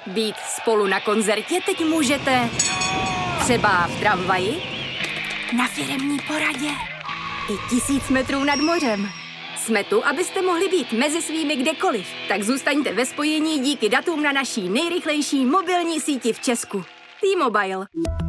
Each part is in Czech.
Být spolu na koncertě teď můžete třeba v tramvaji, na firemní poradě i 1000 metrů nad mořem. Jsme tu, abyste mohli být mezi svými kdekoliv. Tak zůstaňte ve spojení díky datům na naší nejrychlejší mobilní síti v Česku. T-Mobile.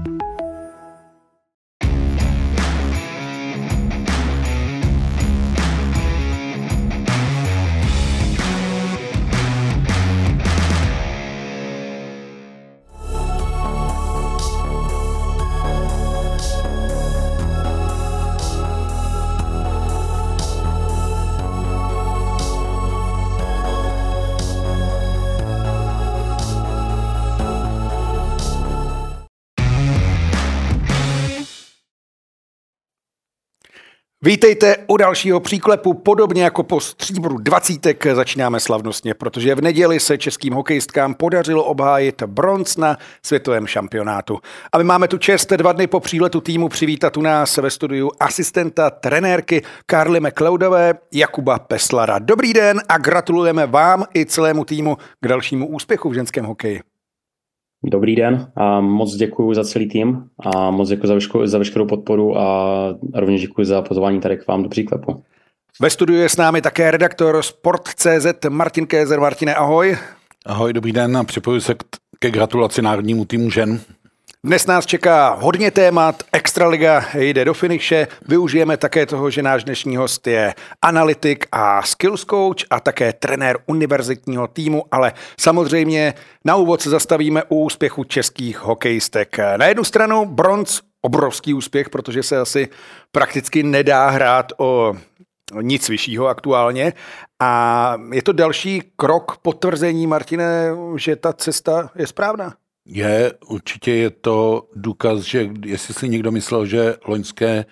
Vítejte u dalšího příklepu. Podobně jako po stříbru 20 začínáme slavnostně, protože v neděli se českým hokejistkám podařilo obhájit bronz na světovém šampionátu. A my máme tu čest 2 dny po příletu týmu přivítat u nás ve studiu asistenta trenérky Karly McLeodové Jakuba Peslara. Dobrý den a gratulujeme vám i celému týmu k dalšímu úspěchu v ženském hokeji. Dobrý den a moc děkuji za celý tým a moc děkuji za veškerou podporu a rovněž děkuji za pozvání tady k vám do příklepu. Ve studiu je s námi také redaktor Sport.cz Martin Kézer. Martine, ahoj. Ahoj, dobrý den a připojuji se ke gratulaci národnímu týmu žen. Dnes nás čeká hodně témat, Extraliga jde do finiše, využijeme také toho, že náš dnešní host je analytik a skills coach a také trenér univerzitního týmu, ale samozřejmě na úvod se zastavíme u úspěchu českých hokejistek. Na jednu stranu bronz, obrovský úspěch, protože se asi prakticky nedá hrát o nic vyššího aktuálně a je to další krok potvrzení, Martine, že ta cesta je správná. Určitě je to důkaz, že jestli si někdo myslel, že loňské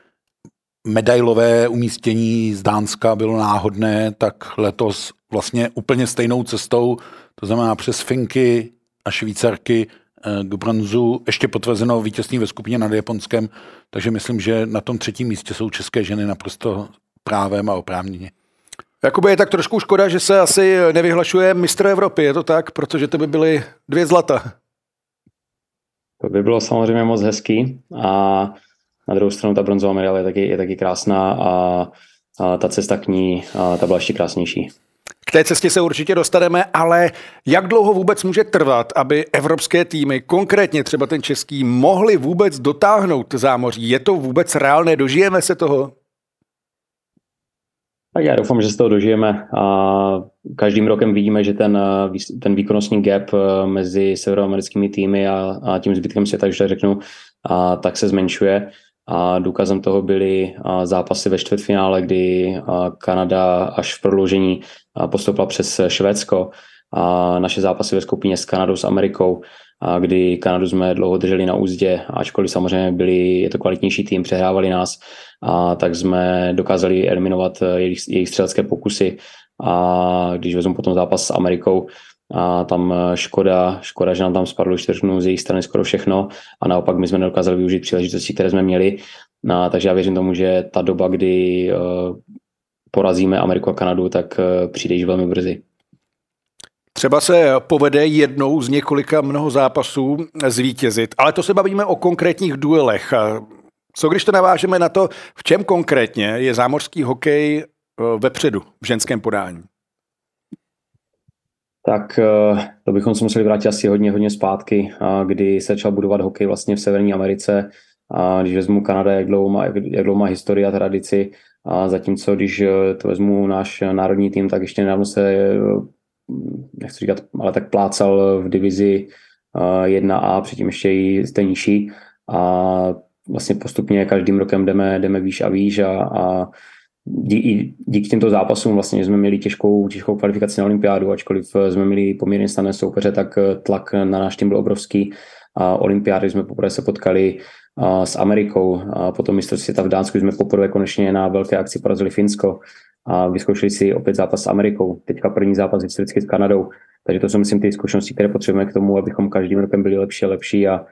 medailové umístění z Dánska bylo náhodné, tak letos vlastně úplně stejnou cestou, to znamená přes Finky a Švýcarky k bronzu, ještě potvrzeno vítězství ve skupině nad Japonskem, takže myslím, že na tom 3. místě jsou české ženy naprosto právem a oprávněně. Jakoby je tak trošku škoda, že se asi nevyhlašuje mistr Evropy, je to tak? Protože to by byly 2 zlata. To by bylo samozřejmě moc hezký a na druhou stranu ta bronzová medaile je taky krásná a ta cesta k ní ta byla ještě krásnější. K té cestě se určitě dostaneme, ale jak dlouho vůbec může trvat, aby evropské týmy, konkrétně třeba ten český, mohly vůbec dotáhnout zámoří? Je to vůbec reálné? Dožijeme se toho? Tak já doufám, že se toho dožijeme. Každým rokem vidíme, že ten výkonnostní gap mezi severoamerickými týmy a tím zbytkem světa, když tak řeknu, tak se zmenšuje. A důkazem toho byly zápasy ve čtvrtfinále, kdy Kanada až v prodloužení postoupila přes Švédsko. A naše zápasy ve skupině s Kanadou, s Amerikou, kdy Kanadu jsme dlouho drželi na úzdě, ačkoliv samozřejmě je to kvalitnější tým, přehrávali nás, tak jsme dokázali eliminovat jejich střelecké pokusy. A když vezmu potom zápas s Amerikou, tam škoda, že nám tam spadlo čtvrtinu z jejich strany skoro všechno a naopak my jsme nedokázali využít příležitosti, které jsme měli. Takže já věřím tomu, že ta doba, kdy porazíme Ameriku a Kanadu, tak přijde již velmi brzy. Třeba se povede jednou z několika mnoho zápasů zvítězit, ale to se bavíme o konkrétních duelech. Co když to navážeme na to, v čem konkrétně je zámořský hokej vepředu v ženském podání? Tak to bychom se museli vrátit asi hodně zpátky, kdy se začal budovat hokej vlastně v Severní Americe. Když vezmu Kanada, jak dlouho má historii a tradici, zatímco když to vezmu náš národní tým, tak ještě nedávno se, nechci říkat, ale tak plácal v divizi 1A, předtím ještě i té nižší a vlastně postupně každým rokem jdeme výš a výš a díky těmto zápasům vlastně jsme měli těžkou kvalifikaci na olympiádu, ačkoliv jsme měli poměrně snadné soupeře, tak tlak na náš tým byl obrovský. Olympiády jsme poprvé se potkali s Amerikou, a potom mistrovství světa v Dánsku jsme poprvé konečně na velké akci porazili Finsko a vyzkoušeli si opět zápas s Amerikou. Teďka první zápas historicky s Kanadou. Takže to jsou, myslím, ty zkušenosti, které potřebujeme k tomu, abychom každým rokem byli lepší a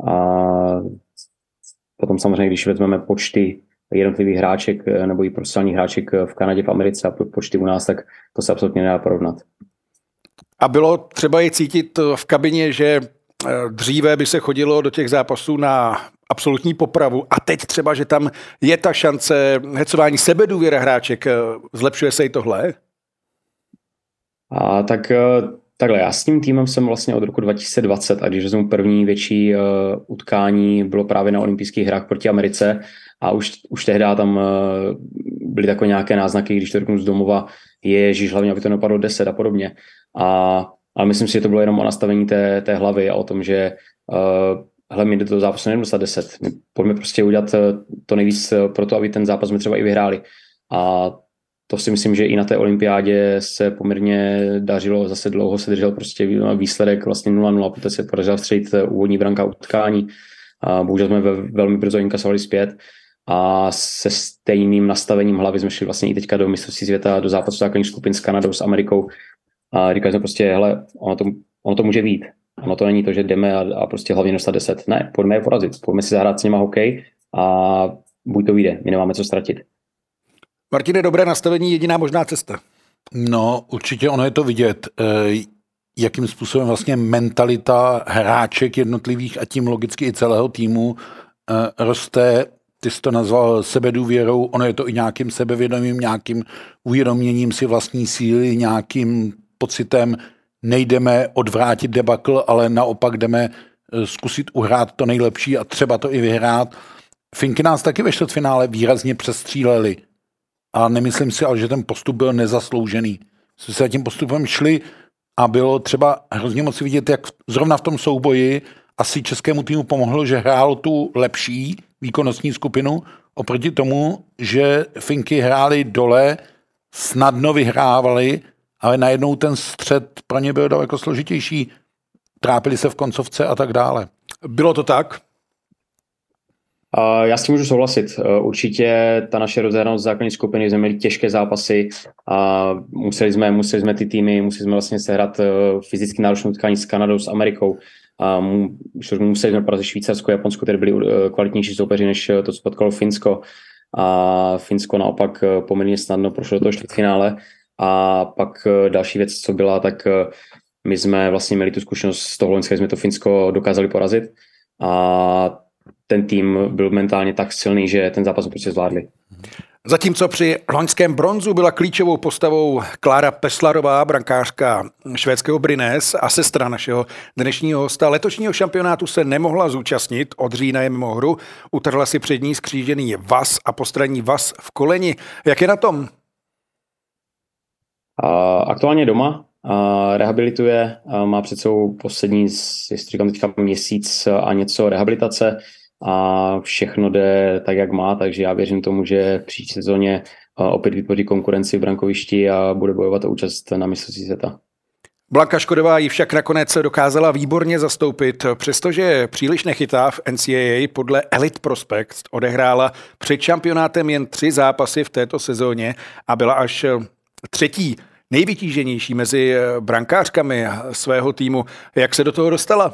potom samozřejmě, když vezmeme počty jednotlivých hráček nebo i profesionálních hráček v Kanadě, v Americe a počty u nás, tak to se absolutně nedá porovnat. A bylo třeba i cítit v kabině, že dříve by se chodilo do těch zápasů na absolutní popravu a teď třeba, že tam je ta šance hecování sebedůvěry hráček. Zlepšuje se i tohle? Takhle, já s tím týmem jsem vlastně od roku 2020 a když vezmu první větší utkání, bylo právě na olympijských hrách proti Americe a už tehdy tam byly takové nějaké náznaky, když to řeknu z domova, ježiš, hlavně aby to nepadlo 10 a podobně. Ale myslím si, že to bylo jenom o nastavení té hlavy a o tom, že my do toho zápasu nejdeme dostat 10. My pojďme prostě udělat to nejvíc pro to, aby ten zápas jsme třeba i vyhráli. A to si myslím, že i na té olympiádě se poměrně dařilo, zase dlouho se držel prostě výsledek vlastně 0-0, poté se podařilo vstřelit úvodní branka utkání. Bohužel jsme velmi brzo inkasovali zpět a se stejným nastavením hlavy jsme šli vlastně i teďka do mistrovství světa, do zápasu základních skupin s Kanadou, s Amerikou. A říkali jsme prostě, hele, ono to může být. Ono to není to, že jdeme a prostě hlavně dostat 10. Ne, pojďme je porazit, pojďme si zahrát s nima hokej a buď to vyjde, my nemáme co ztratit. Martine, dobré nastavení, jediná možná cesta. No, určitě ono je to vidět, jakým způsobem vlastně mentalita hráček jednotlivých a tím logicky i celého týmu roste. Ty jsi to nazval sebedůvěrou, ono je to i nějakým sebevědomím, nějakým uvědoměním si vlastní síly, nějakým pocitem nejdeme odvrátit debakl, ale naopak jdeme zkusit uhrát to nejlepší a třeba to i vyhrát. Finky nás taky ve čtvrtfinále výrazně přestříleli. A nemyslím si, ale že ten postup byl nezasloužený. Jsme se tím postupem šli a bylo třeba hrozně moc vidět, jak zrovna v tom souboji asi českému týmu pomohlo, že hrál tu lepší výkonnostní skupinu oproti tomu, že Finky hráli dole, snadno vyhrávali, ale najednou ten střed pro ně byl daleko složitější. Trápili se v koncovce a tak dále. Bylo to tak? Já s tím můžu souhlasit. Určitě ta naše rozehranost základní skupiny, jsme měli těžké zápasy a museli jsme ty týmy, museli jsme vlastně sehrát fyzicky náročné utkání s Kanadou, s Amerikou. Museli jsme porazit Švýcarsko a Japonsko, které byly kvalitnější soupeři než to, co potkalo Finsko. A Finsko naopak poměrně snadno prošlo do toho čtvrtfinále. A pak další věc, co byla, tak my jsme vlastně měli tu zkušenost z toho loňska, jsme to Finsko dokázali porazit. A ten tým byl mentálně tak silný, že ten zápas prostě zvládli. Zatímco při loňském bronzu byla klíčovou postavou Klára Peslarová, brankářka švédského Brynäs a sestra našeho dnešního hosta, letošního šampionátu se nemohla zúčastnit, od října je mimo hru, utrhla si přední skřížený vaz a postranní vaz v koleni. Jak je na tom? Aktuálně doma, rehabilituje, má před sebou poslední, jestli říkám teďka měsíc a něco rehabilitace a všechno jde tak, jak má, takže já věřím tomu, že příští sezóně opět vytvoří konkurenci v brankovišti a bude bojovat o účast na mistrovství světa. Blanka Škodová ji však nakonec dokázala výborně zastoupit, přestože příliš nechytá v NCAA podle Elite Prospects odehrála před šampionátem jen 3 zápasy v této sezóně a byla až třetí nejvytíženější mezi brankářkami svého týmu. Jak se do toho dostala?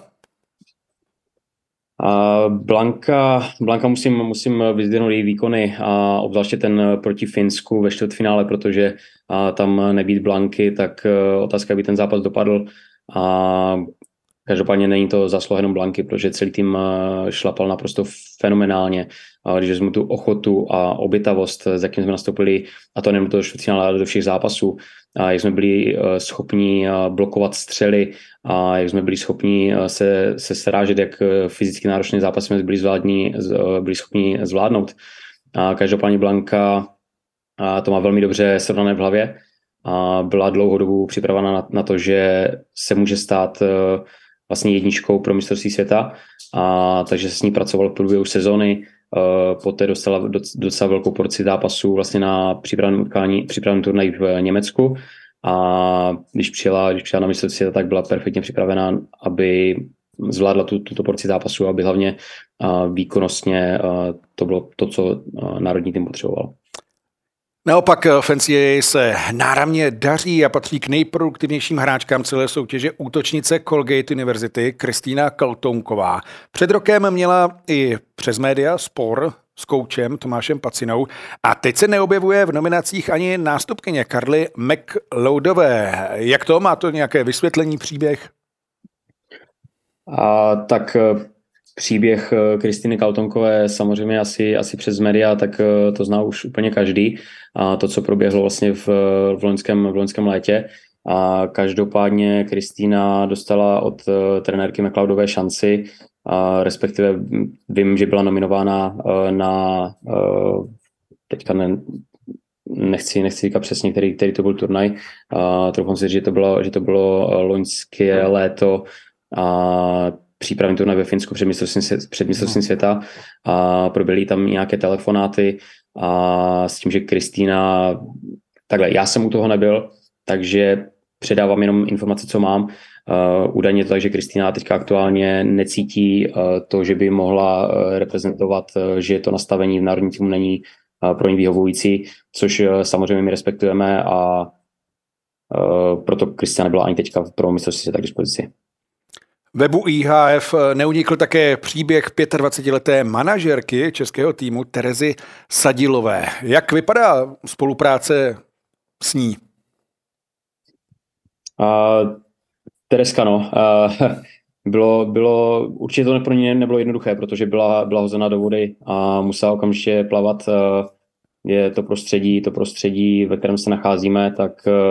Blanka musím vyzdvihnout její výkony, a obzvláště ten proti Finsku ve čtvrtfinále, protože tam nebýt Blanky, tak otázka, aby ten zápas dopadl. A každopádně není to zásluha jenom Blanky, protože celý tým šlapal naprosto fenomenálně. Když vezmu tu ochotu a obětavost, s jakým jsme nastoupili, a to nejen do toho čtvrtfinále, ale do všech zápasů, a jak jsme byli schopni blokovat střely, a jak jsme byli schopni se srážet, jak fyzicky náročné zápasy jsme byli schopni zvládnout. A každopádně Blanka to má velmi dobře srovnané v hlavě a byla dlouhou dobu připravena na to, že se může stát vlastně jedničkou pro mistrovství světa, a takže se s ní pracoval v průběhu sezony. Poté dostala docela velkou porci zápasů vlastně na přípravném turnaji v Německu, a když přijela na mistrovství světa, tak byla perfektně připravená, aby zvládla tuto porci zápasů, aby hlavně výkonnostně to bylo to, co národní tým potřeboval. Naopak v NCAA se náramně daří a patří k nejproduktivnějším hráčkám celé soutěže útočnice Colgate University Kristýna Kaltounková. Před rokem měla i přes média spor s koučem Tomášem Pacinou a teď se neobjevuje v nominacích ani nástupkyně Karly McLeodové. Jak to? Má to nějaké vysvětlení, příběh? Tak příběh Kristýny Kautonkové samozřejmě asi přes média, tak to zná už úplně každý. A to, co proběhlo vlastně v loňském létě. A každopádně Kristýna dostala od trenérky McLeodové šanci, respektive vím, že byla nominována na teďka nechci říkat přesně, který to byl turnaj. Troufám si říct, že to bylo loňské léto přípravný turnaj ve Finsku před mistrovstvím světa. Proběhly tam nějaké telefonáty a s tím, že Kristýna, takhle, já jsem u toho nebyl, takže předávám jenom informace, co mám. Údajně to tak, že Kristýna teďka aktuálně necítí to, že by mohla reprezentovat, že to nastavení v národním týmu není pro ní vyhovující, což samozřejmě my respektujeme a proto Kristýna nebyla ani teďka pro mistrovství světa k dispozici. Webu IHF neunikl také příběh 25leté manažerky českého týmu Terezy Sadilové. Jak vypadá spolupráce s ní? Tereska, no. Bylo určitě to pro ní nebylo jednoduché, protože byla hozena do vody a musela okamžitě plavat. Je to prostředí, ve kterém se nacházíme, tak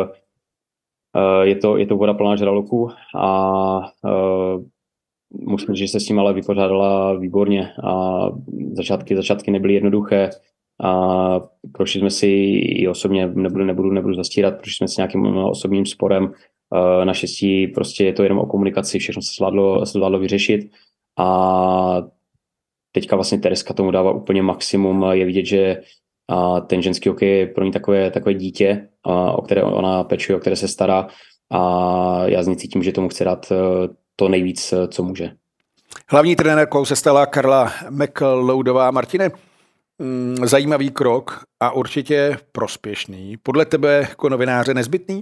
je to voda plná žraloků a musím říct, že se s tím ale vypořádala výborně a začátky nebyly jednoduché a prošli jsme si i osobně, nebudu zastírat, prošli jsme si nějakým osobním sporem. Naštěstí prostě je to jenom o komunikaci, všechno se zvládlo vyřešit a teďka vlastně Tereska tomu dává úplně maximum. Je vidět, že ten ženský hokej je pro ní takové dítě, o které ona pečuje, o které se stará a já z ní cítím, že tomu chce dát to nejvíc, co může. Hlavní trenérkou se stala Karla McLeodová. Martine, zajímavý krok a určitě prospěšný. Podle tebe jako novináře nezbytný?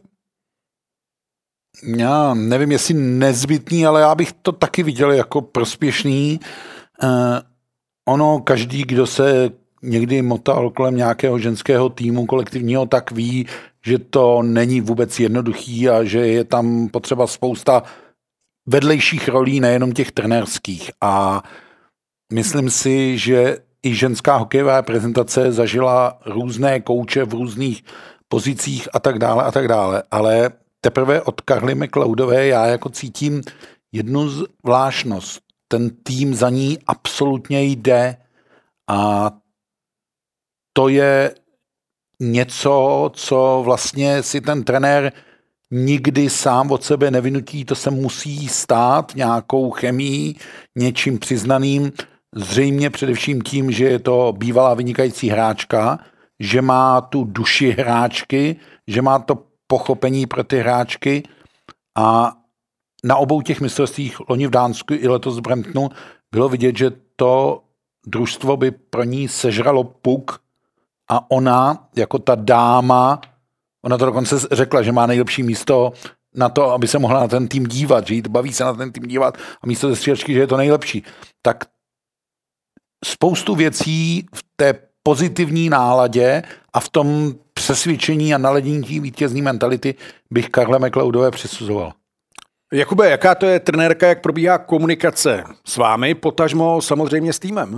Já nevím, jestli nezbytný, ale já bych to taky viděl jako prospěšný. Ono, každý, kdo se někdy motal kolem nějakého ženského týmu kolektivního, tak ví, že to není vůbec jednoduchý a že je tam potřeba spousta vedlejších rolí, nejenom těch trenérských. A myslím si, že i ženská hokejová reprezentace zažila různé kouče v různých pozicích a tak dále, ale teprve od Karly McLeodové já jako cítím jednu zvláštnost. Ten tým za ní absolutně jde a to je něco, co vlastně si ten trenér nikdy sám od sebe nevynutí, to se musí stát nějakou chemií, něčím přiznaným, zřejmě především tím, že je to bývalá vynikající hráčka, že má tu duši hráčky, že má to pochopení pro ty hráčky a na obou těch mistrovstvích loni v Dánsku i letos v Bramptonu bylo vidět, že to družstvo by pro ní sežralo puk a ona, jako ta dáma, ona to dokonce řekla, že má nejlepší místo na to, aby se mohla na ten tým dívat, že jí baví se na ten tým dívat a místo ze střílečky, že je to nejlepší. Tak spoustu věcí v té pozitivní náladě a v tom přesvědčení a naladění vítězní mentality bych Karle McLeodové přisuzoval. Jakube, jaká to je trenérka, jak probíhá komunikace s vámi, potažmo samozřejmě s týmem?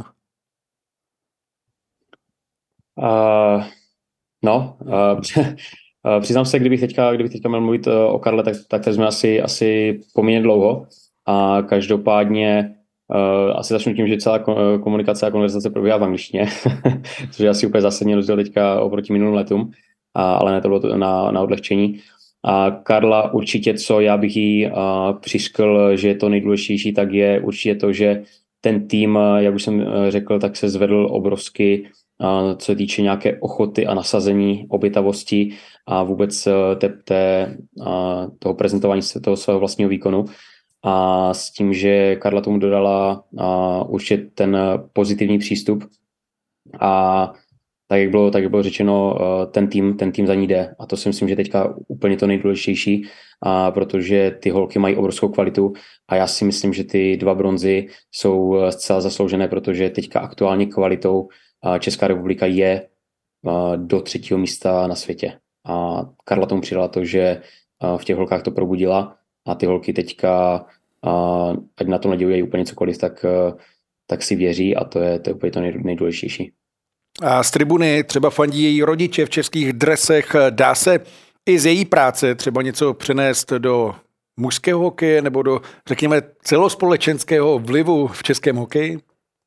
Přiznám se, kdybych teďka měl mluvit o Karle, tak jsme asi poměrně dlouho a každopádně asi začnu tím, že celá komunikace a konverzace probíhá v angličtině, což je asi úplně zásadní rozdíl teďka oproti minulým letům, ale ne to bylo na odlehčení. A Karla určitě, co já bych jí přiškl, že je to nejdůležitější, tak je určitě to, že ten tým, jak už jsem řekl, tak se zvedl obrovsky, co se týče nějaké ochoty a nasazení, obětavosti a vůbec toho prezentování toho svého vlastního výkonu. A s tím, že Karla tomu dodala určitě ten pozitivní přístup a tak jak bylo řečeno, ten tým za ní jde. A to si myslím, že teďka úplně to nejdůležitější, protože ty holky mají obrovskou kvalitu a já si myslím, že ty 2 bronzy jsou zcela zasloužené, protože teďka aktuálně kvalitou Česká republika je do 3. místa na světě. A Karla tomu přidala to, že v těch holkách to probudila a ty holky teďka, ať na tom nedělají úplně cokoliv, tak si věří a to je úplně to nejdůležitější. A z tribuny třeba fandí její rodiče v českých dresech. Dá se i z její práce třeba něco přenést do mužského hokeje nebo do, řekněme, celospolečenského vlivu v českém hokeji?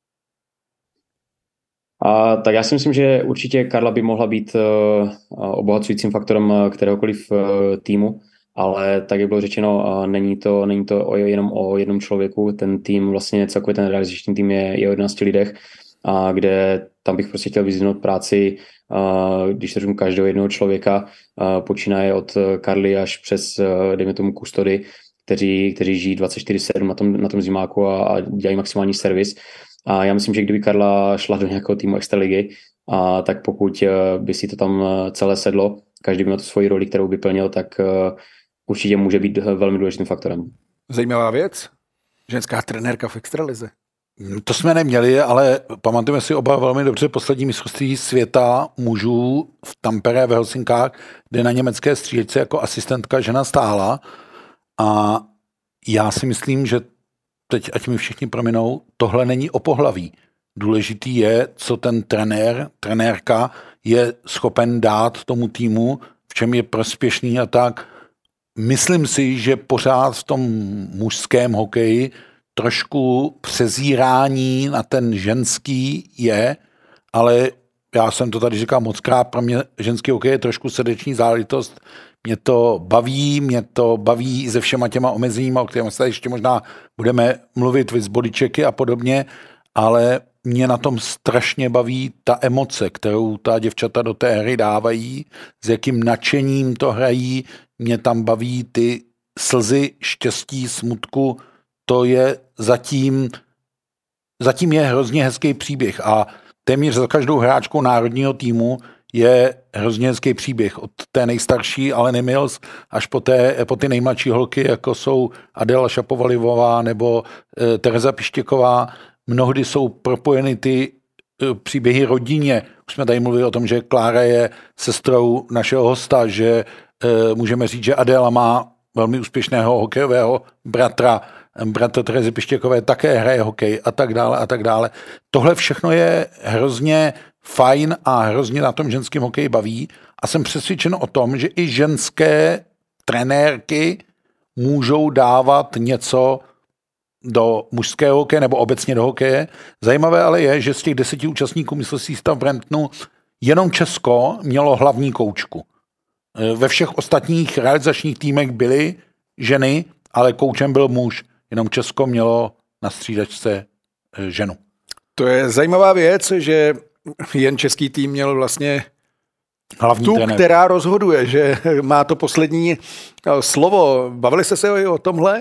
Tak já si myslím, že určitě Karla by mohla být obohacujícím faktorem kteréhokoliv týmu, ale tak, jak bylo řečeno, není to jenom o jednom člověku. Ten tým, vlastně celkově ten realizační tým je o 11 lidech, kde tam bych prostě chtěl vyzvihnout práci, když se řeknu každého jednoho člověka, počínaje od Karly až přes, dejme tomu, kustody, kteří žijí 24/7 na tom zimáku a dělají maximální servis. A já myslím, že kdyby Karla šla do nějakého týmu extraligy, tak pokud by si to tam celé sedlo, každý by měl tu svoji roli, kterou by plnil, tak určitě může být velmi důležitým faktorem. Zajímavá věc. Ženská trenérka v extralize. To jsme neměli, ale pamatujeme si oba velmi dobře poslední mistrovství světa mužů v Tampere ve Helsinkách, kde na německé střílečce jako asistentka žena stála. A já si myslím, že teď, ať mi všichni prominou, tohle není o pohlaví. Důležitý je, co ten trenérka je schopen dát tomu týmu, v čem je prospěšný a tak. Myslím si, že pořád v tom mužském hokeji trošku přezírání na ten ženský je, ale já jsem to tady říkal mockrát, pro mě ženský hokej je trošku srdeční záležitost. Mě to baví se všema těma omezeníma, o kterých se ještě možná budeme mluvit, z bodychecky a podobně, ale mě na tom strašně baví ta emoce, kterou ta děvčata do té hry dávají, s jakým nadšením to hrají, mě tam baví ty slzy, štěstí, smutku, to je zatím je hrozně hezký příběh a téměř za každou hráčkou národního týmu je hrozně hezký příběh. Od té nejstarší Aleny Mills až po ty nejmladší holky, jako jsou Adela Šapovalivová nebo Tereza Pištěková. Mnohdy jsou propojeny ty příběhy rodině. Už jsme tady mluvili o tom, že Klára je sestrou našeho hosta, že můžeme říct, že Adela má velmi úspěšného hokejového bratra Terezy Pištěkové také hraje hokej a tak dále a tak dále. Tohle všechno je hrozně fajn a hrozně na tom ženském hokeji baví a jsem přesvědčen o tom, že i ženské trenérky můžou dávat něco do mužského hokeje nebo obecně do hokeje. Zajímavé ale je, že z těch 10 účastníků mistrovství světa v Brantonu jenom Česko mělo hlavní koučku. Ve všech ostatních realizačních týmech byly ženy, ale koučem byl muž. Jenom Česko mělo na střídačce ženu. To je zajímavá věc, že jen český tým měl vlastně hlavní trenér, která rozhoduje, že má to poslední slovo. Bavili jste se o tomhle?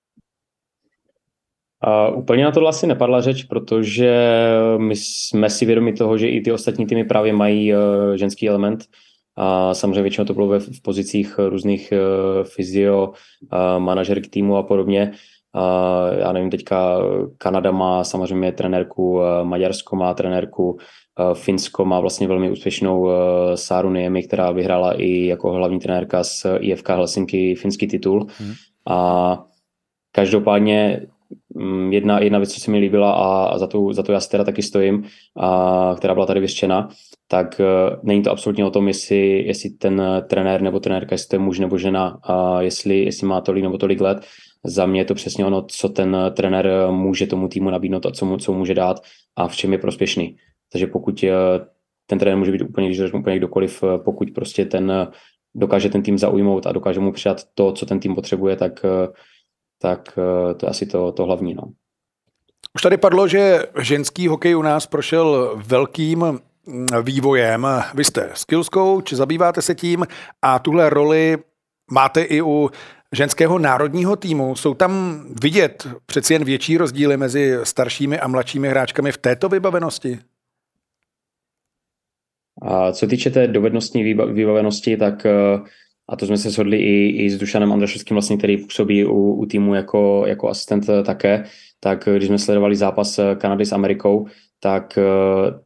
Úplně na tohle asi nepadla řeč, protože my jsme si vědomi toho, že i ty ostatní týmy právě mají ženský element. A samozřejmě většinou to bylo v pozicích různých fyzio, manažerk týmu a podobně. Já nevím, teďka Kanada má samozřejmě trenérku, Maďarsko má trenérku, Finsko má vlastně velmi úspěšnou Sáru Niemi, která vyhrála i jako hlavní trenérka z IFK Helsinki finský titul. A každopádně jedna věc, co se mi líbila a za to já si teda taky stojím, která byla tady vyřčena, tak není to absolutně o tom, jestli ten trenér nebo trenérka, jestli to je muž nebo žena, jestli má tolik nebo tolik let. Za mě je to přesně ono, co ten trenér může tomu týmu nabídnout a co může dát a v čem je prospěšný. Takže pokud ten trenér může být úplně kdokoliv, pokud prostě dokáže ten tým zaujmout a dokáže mu přidat to, co ten tým potřebuje, tak to je asi to hlavní. No. Už tady padlo, že ženský hokej u nás prošel velkým vývojem. Vy jste skills coach, zabýváte se tím a tuhle roli máte i u ženského národního týmu. Jsou tam vidět přeci jen větší rozdíly mezi staršími a mladšími hráčkami v této vybavenosti? A co týče té dovednostní vybavenosti, tak a to jsme se shodli i s Dušanem Andrašovským, vlastně, který působí u týmu jako asistent také, tak když jsme sledovali zápas Kanady s Amerikou, tak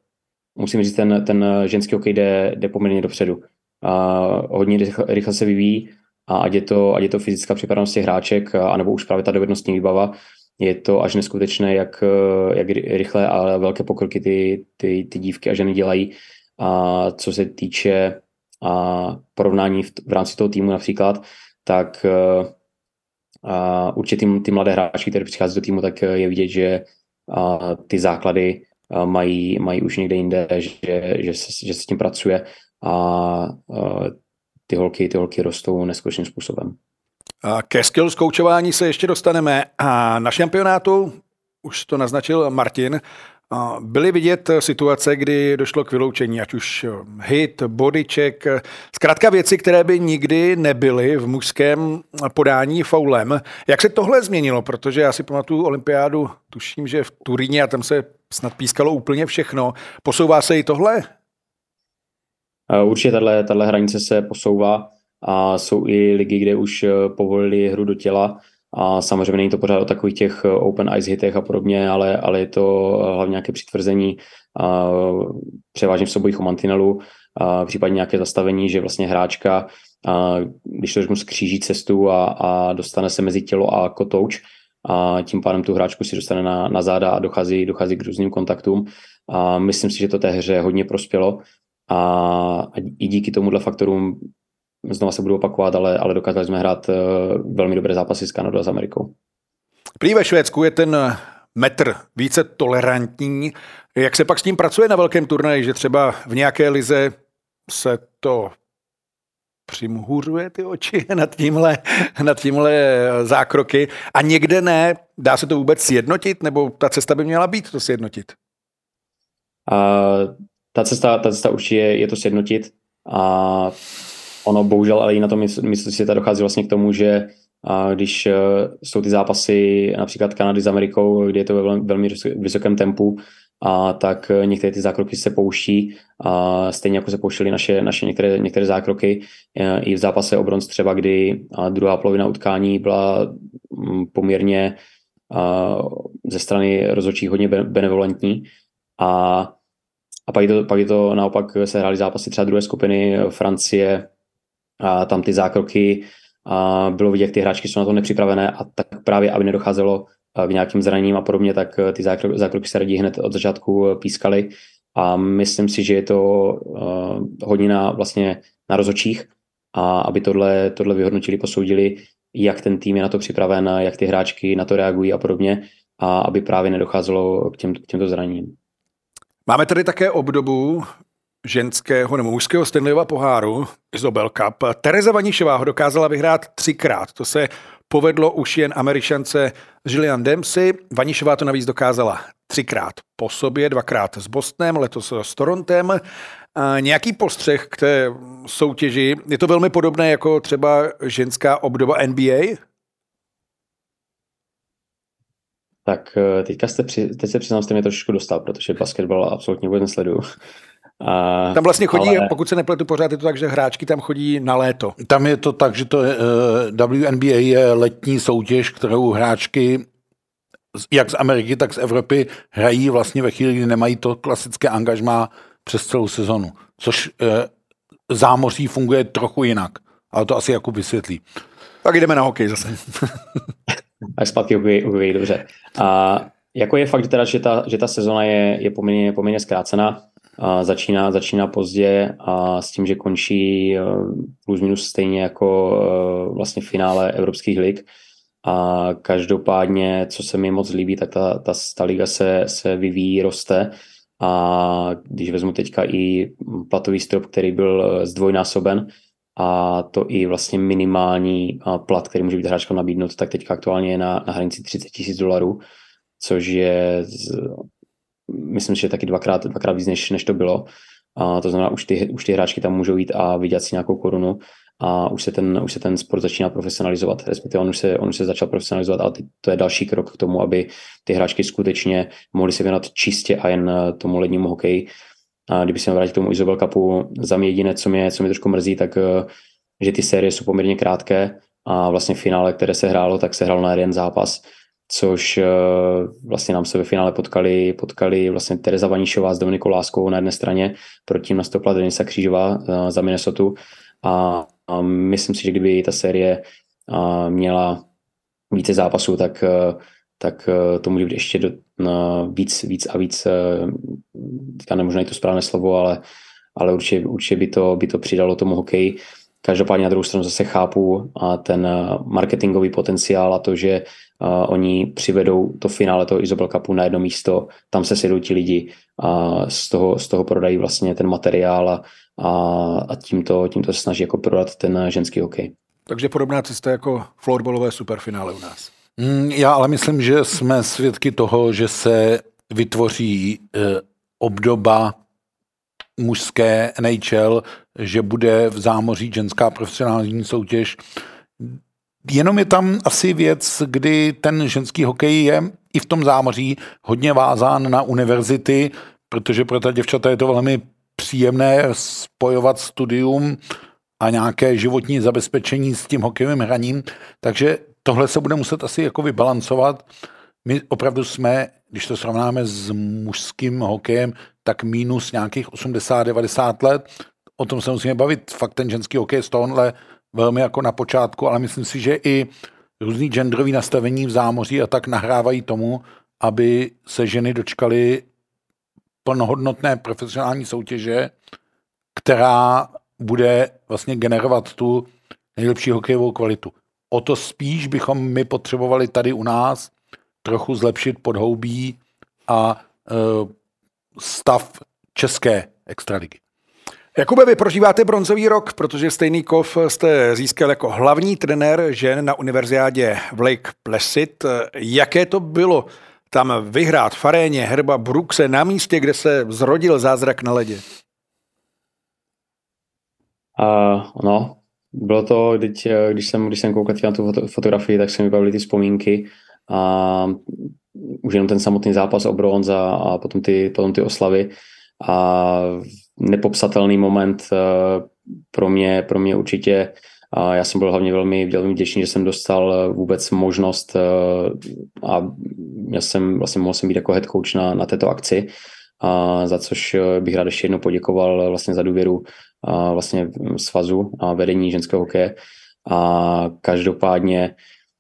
musím říct, ten ženský hokej jde poměrně dopředu. Hodně rychle se vyvíjí a ať je to fyzická připravenost těch hráček, anebo už právě ta dovednostní výbava, je to až neskutečné, jak rychle a velké pokroky ty dívky a ženy dělají. A co se týče porovnání v rámci toho týmu například, tak určitě ty mladé hráčky, které přichází do týmu, tak je vidět, že ty základy mají už někde jinde, že se s tím pracuje a ty holky rostou neskutečným způsobem. A ke skills koučování se ještě dostaneme. A na šampionátu, už to naznačil Martin, byly vidět situace, kdy došlo k vyloučení, ať už hit, bodycheck, zkrátka věci, které by nikdy nebyly v mužském podání faulem. Jak se tohle změnilo? Protože já si pamatuju olympiádu, tuším, že v Turíně a tam se snad pískalo úplně všechno. Posouvá se i tohle? Určitě tahle hranice se posouvá a jsou i ligy, kde už povolili hru do těla. A samozřejmě není to pořád o takových těch open ice hitech a podobně, ale je to hlavně nějaké přitvrzení, převážně v soubojích o mantinelu, případně nějaké zastavení, že vlastně hráčka, když to řeknu, skříží cestu a dostane se mezi tělo a kotouč, a tím pádem tu hráčku si dostane na záda a dochází k různým kontaktům. A myslím si, že to té hře hodně prospělo a i díky tomuhle faktorům znova se budu opakovat, ale dokázali jsme hrát velmi dobré zápasy s Kanadou a s Amerikou. Prý ve Švédsku je ten metr více tolerantní. Jak se pak s tím pracuje na velkém turnaji, že třeba v nějaké lize se to přimhůřuje ty oči nad tímhle zákroky a někde ne? Dá se to vůbec sjednotit, nebo ta cesta by měla být to sjednotit? Ta cesta určitě je to sjednotit a ono bohužel, ale i na tom myslím si, že dochází vlastně k tomu, že když jsou ty zápasy například Kanady s Amerikou, kde je to ve velmi vysokém tempu, tak některé ty zákroky se pouští, stejně jako se pouštily naše některé zákroky. I v zápase o bronz třeba, kdy druhá polovina utkání byla poměrně ze strany rozhodčích hodně benevolentní a pak je to naopak se hrály zápasy třeba druhé skupiny Francie, a tam ty zákroky bylo vidět, jak ty hráčky jsou na to nepřipravené a tak právě, aby nedocházelo k nějakým zraněním a podobně, tak ty zákroky se raději hned od začátku pískaly a myslím si, že je to hodně vlastně na rozhodčích a aby tohle vyhodnotili, posoudili, jak ten tým je na to připraven, jak ty hráčky na to reagují a podobně a aby právě nedocházelo k těmto zraněním. Máme tady také obdobu ženského nebo mužského Stanleyova poháru Isobel Cup. Tereza Vanišová ho dokázala vyhrát 3krát. To se povedlo už jen Američance Jillian Dempsey. Vanišová to navíc dokázala 3krát po sobě, 2krát s Bostonem, letos s Torontem. Nějaký postřeh k té soutěži? Je to velmi podobné jako třeba ženská obdoba NBA? Tak teď se přiznám, jste mě trošičku dostal, protože basketbal absolutně vůbec nesleduju. Tam vlastně chodí, pokud se nepletu pořád, je to tak, že hráčky tam chodí na léto. Tam je to tak, že to WNBA je letní soutěž, kterou hráčky jak z Ameriky, tak z Evropy hrají vlastně ve chvíli, kdy nemají to klasické angažmá přes celou sezonu. Což zámoří funguje trochu jinak. Ale to asi Jakub vysvětlí. Tak jdeme na hokej zase. Tak zpátky hokej, dobře. Jako je fakt teda, že ta sezona je poměrně zkrácená. Začíná pozdě a s tím, že končí plus minus stejně jako vlastně finále evropských lig. A každopádně, co se mi moc líbí, tak ta liga se vyvíjí, roste. A když vezmu teďka i platový strop, který byl zdvojnásoben, a to i vlastně minimální plat, který může být hráčkám nabídnout, tak teďka aktuálně je na hranici $30,000, což je, myslím, že taky dvakrát víc, než to bylo. A to znamená, už ty hráčky tam můžou jít a vydělat si nějakou korunu a už se ten sport začíná profesionalizovat, respektive on už se začal profesionalizovat, ale to je další krok k tomu, aby ty hráčky skutečně mohly se věnovat čistě a jen tomu lednímu hokeji. A kdyby se vrátil k tomu Isobel Cupu, za mě jediné, co mě trošku mrzí, tak že ty série jsou poměrně krátké a vlastně v finále, které se hrálo, tak se hrálo na jeden zápas, což vlastně nám se ve finále potkali vlastně Tereza Vanišová s Dominikou Láskovou na jedné straně, proti nastoupila Denisa Křížová za Minnesota a myslím si, že kdyby ta série měla více zápasů, tak to může být ještě víc a víc, já nemůžu najít to správné slovo, ale určitě by to přidalo tomu hokeji. Každopádně na druhou stranu zase chápu ten marketingový potenciál a to, že oni přivedou to finále toho Isobel Cupu na jedno místo, tam se sjedou ti lidi a z toho prodají vlastně ten materiál a tímto se snaží jako prodat ten ženský hokej. Takže podobná cesta jako florbalové superfinále u nás. Já ale myslím, že jsme svědky toho, že se vytvoří obdoba mužské NHL, že bude v zámoří ženská profesionální soutěž. Jenom je tam asi věc, kdy ten ženský hokej je i v tom zámoří hodně vázán na univerzity, protože pro ta děvčata je to velmi příjemné spojovat studium a nějaké životní zabezpečení s tím hokejovým hraním, takže tohle se bude muset asi jako vybalancovat. My opravdu jsme, když to srovnáme s mužským hokejem, tak minus nějakých 80-90 let. O tom se musíme bavit. Fakt ten ženský hokej je z tohohle velmi jako na počátku, ale myslím si, že i různý genderový nastavení v zámoří a tak nahrávají tomu, aby se ženy dočkaly plnohodnotné profesionální soutěže, která bude vlastně generovat tu nejlepší hokejovou kvalitu. O to spíš bychom my potřebovali tady u nás trochu zlepšit podhoubí a stav české extraligy. Jakube, vy prožíváte bronzový rok, protože stejný kov jste získal jako hlavní trenér žen na univerziádě v Lake Placid. Jaké to bylo tam vyhrát v aréně Herba Brookse na místě, kde se zrodil zázrak na ledě? Bylo to, když jsem koukal na tu fotografii, tak se mi bavily ty vzpomínky a už jenom ten samotný zápas o bronz a potom ty oslavy a nepopsatelný moment pro mě určitě. A já jsem byl hlavně velmi vděčný, že jsem dostal vůbec možnost a mohl jsem být jako head coach na této akci, za což bych rád ještě jednou poděkoval vlastně za důvěru vlastně svazu a vedení ženského hokeje. A každopádně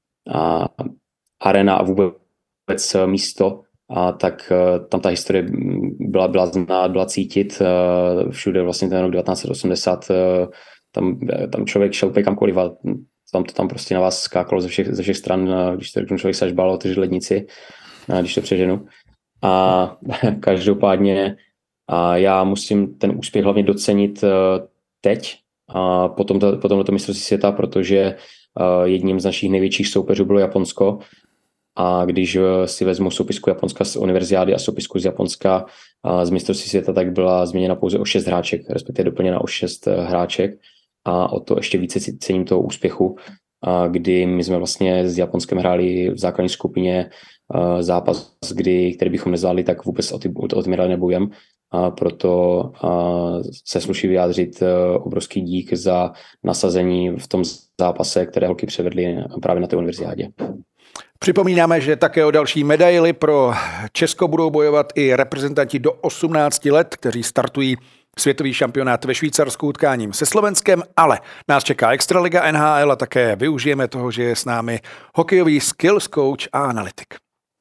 arena a vůbec místo, tak tam ta historie byla cítit všude vlastně ten rok 1980, tam člověk šel úplně kamkoliv a tam prostě na vás skákalo ze všech stran, když to člověk se až bál otevřít lednici, když to přeženu. A každopádně já musím ten úspěch hlavně docenit teď, po tomto mistrovství světa, protože jedním z našich největších soupeřů bylo Japonsko. A když si vezmu soupisku Japonska z univerziády a soupisku z Japonska z mistrovství světa, tak byla změněna pouze o 6 hráček, respektive doplněna o 6 hráček. A o to ještě více cením toho úspěchu, kdy my jsme vlastně s Japonskem hráli v základní skupině zápas, který bychom nezvládli, tak vůbec o ty medaile nebojujeme. A proto se sluší vyjádřit obrovský dík za nasazení v tom zápase, které holky převedly právě na té univerziádě. Připomínáme, že také o další medaily pro Česko budou bojovat i reprezentanti do 18 let, kteří startují světový šampionát ve Švýcarsku utkáním se Slovenskem, ale nás čeká Extraliga, NHL a také využijeme toho, že je s námi hokejový skills coach a analytik.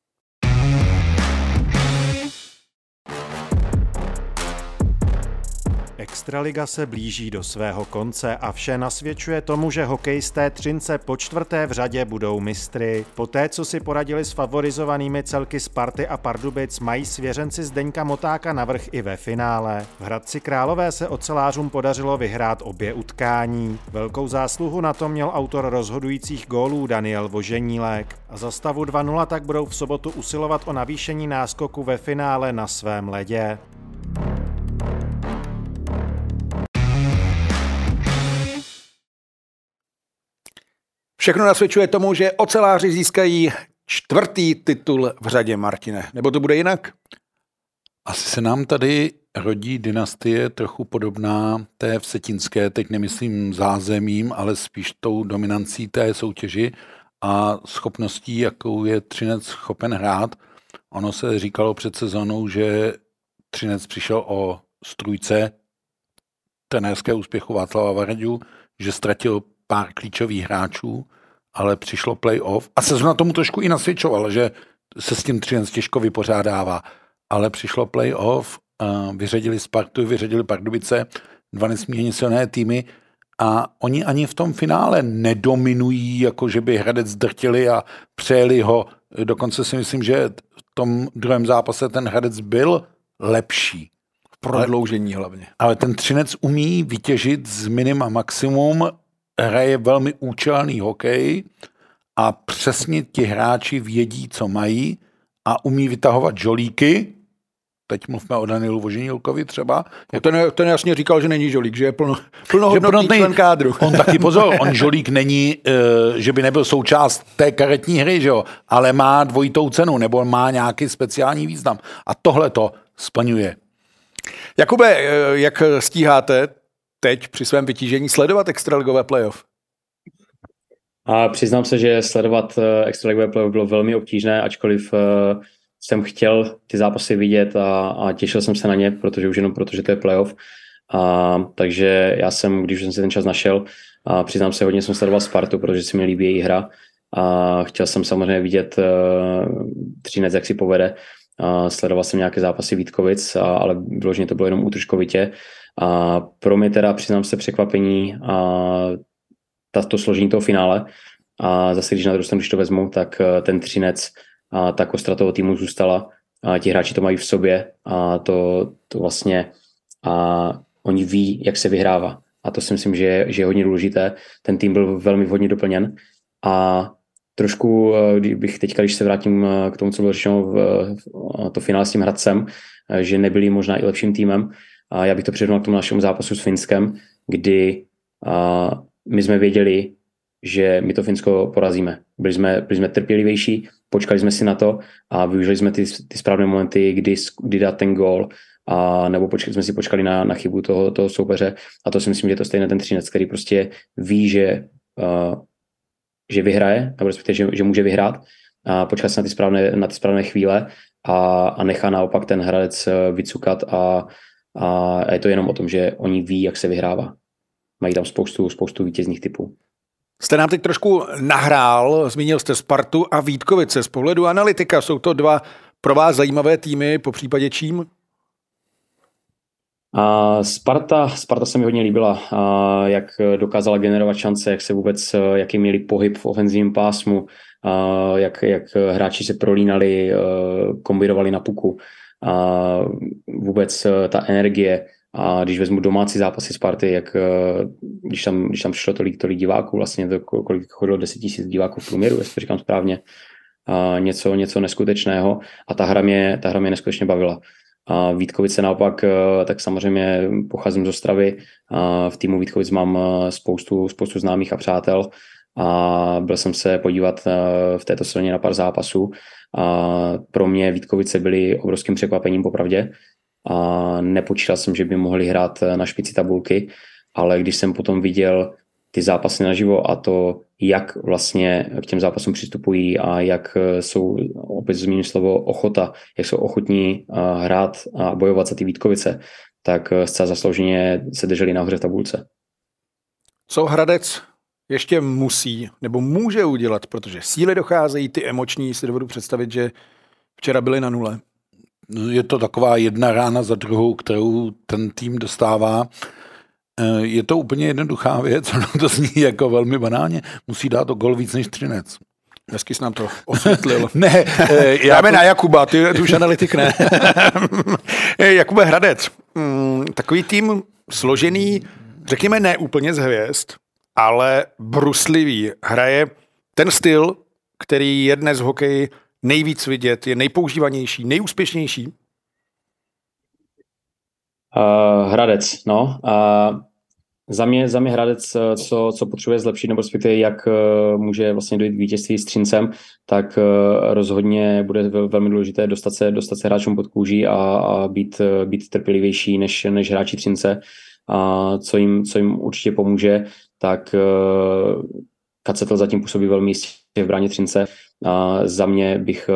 Extraliga se blíží do svého konce a vše nasvědčuje tomu, že hokejisté Třince po 4. v řadě budou mistry. Poté, co si poradili s favorizovanými celky Sparty a Pardubic, mají svěřenci Zdeňka Motáka navrch i ve finále. V Hradci Králové se ocelářům podařilo vyhrát obě utkání. Velkou zásluhu na tom měl autor rozhodujících gólů Daniel Voženílek. A za stavu 2-0 tak budou v sobotu usilovat o navýšení náskoku ve finále na svém ledě. Všechno nasvědčuje tomu, že oceláři získají 4. titul v řadě, Martine. Nebo to bude jinak? Asi se nám tady rodí dynastie trochu podobná té vsetínské, teď nemyslím zázemím, ale spíš tou dominancí té soutěži. a schopností, jakou je Třinec schopen hrát. Ono se říkalo před sezónou, že Třinec přišel o strůjce trenérského úspěchu Václava Varaďu, že ztratil pár klíčových hráčů, ale přišlo playoff a sezóna tomu trošku i nasvědčovala, že se s tím Třinec těžko vypořádává, ale přišlo playoff, vyřadili Spartu, vyřadili Pardubice, dva nesmírně silné týmy a oni ani v tom finále nedominují, jako že by Hradec drtili a přejeli ho. Dokonce si myslím, že v tom druhém zápase ten Hradec byl lepší. Prodloužení hlavně. Ale ten Třinec umí vytěžit z minima maximum, hraje velmi účelný hokej a přesně ti hráči vědí, co mají a umí vytahovat žolíky. Teď mluvme o Danielu Voženílkovi třeba. Ten jasně říkal, že není žolík, že je plnohodnotný člen kádru. On taky pozor, on žolík není, že by nebyl součást té karetní hry, že jo, ale má dvojitou cenu nebo má nějaký speciální význam. A tohle to splňuje. Jakube, jak stíháte teď při svém vytížení sledovat extraligové playoff? A přiznám se, že sledovat extraligové playoff bylo velmi obtížné, ačkoliv jsem chtěl ty zápasy vidět a těšil jsem se na ně, protože to je playoff. Takže já jsem, když jsem si ten čas našel, přiznám se, hodně jsem sledoval Spartu, protože si mi líbí její hra. Chtěl jsem samozřejmě vidět Třinec, jak si povede. Sledoval jsem nějaké zápasy Vítkovic, ale vyloženě to bylo jenom útržkovitě. Pro mě teda, přiznám se, překvapení to složení toho finále. A zase, když na druhou stranu, když to vezmu, tak ten Třinec, ta kostra toho týmu zůstala. Ti hráči to mají v sobě a to vlastně oni ví, jak se vyhrává. A to si myslím, že je hodně důležité. Ten tým byl velmi vhodně doplněn a trošku, když se vrátím k tomu, co bylo řečeno to finále s tím Hradcem, že nebyli možná i lepším týmem. Já bych to přirovnal k tomu našemu zápasu s Finskem, kdy my jsme věděli, že my to Finsko porazíme. Byli jsme trpělivější, počkali jsme si na to a využili jsme ty správné momenty, kdy dát ten gól, nebo jsme si počkali na chybu toho soupeře. A to si myslím, že je to stejně ten Třinec, který prostě ví, že vyhraje, nebo respektive, že může vyhrát, a počkat se na ty správné chvíle a nechá naopak ten Hradec vycukat a je to jenom o tom, že oni ví, jak se vyhrává. Mají tam spoustu vítězných typů. Jste nám teď trošku nahrál, zmínil jste Spartu a Vítkovice. Z pohledu analytika jsou to dva pro vás zajímavé týmy, po případě čím? Sparta se mi hodně líbila, jak dokázala generovat šance, jaký měli pohyb v ofenzivním pásmu, jak hráči se prolínali, kombinovali na puku. Vůbec ta energie. A když vezmu domácí zápasy Sparty, jak když tam přišlo tolik diváků, vlastně kolik chodilo 10 000 diváků v průměru, jestli to říkám správně, něco neskutečného a ta hra mě neskutečně bavila. A Vítkovice naopak, tak samozřejmě pocházím z Ostravy, v týmu Vítkovic mám spoustu známých a přátel a byl jsem se podívat v této sezóně na pár zápasů. Pro mě Vítkovice byly obrovským překvapením popravdě. A nepočítal jsem, že by mohli hrát na špici tabulky, ale když jsem potom viděl ty zápasy naživo a to, jak vlastně k těm zápasům přistupují a jak jsou, opět zmíním slovo ochota, jak jsou ochotní hrát a bojovat za ty Vítkovice, tak zcela zaslouženě se drželi nahoře v tabulce. Co Hradec ještě musí nebo může udělat, protože síly docházejí, ty emoční, si dovedu představit, že včera byly na nule. Je to taková jedna rána za druhou, kterou ten tým dostává. Je to úplně jednoduchá věc, to zní jako velmi banálně. Musí dát o gol víc než Třinec. Hezky jsi nám to osvětlil. Ne, dáme na Jakuba, ty už analytik ne. Jakube, Hradec, takový tým složený, řekněme ne úplně z hvězd, ale bruslivý. Hraje ten styl, který je dnes v hokeji nejvíc vidět, je nejpoužívanější, nejúspěšnější? Hradec, no. Za mě Hradec, co potřebuje zlepšit, nebo respektive jak může vlastně dojít k vítězství s Třincem, tak rozhodně bude velmi důležité dostat se hráčům pod kůží a být trpělivější než hráči Třince. Co jim určitě pomůže, tak Kacetl zatím působí velmi jistě v bráně Třince. Za mě bych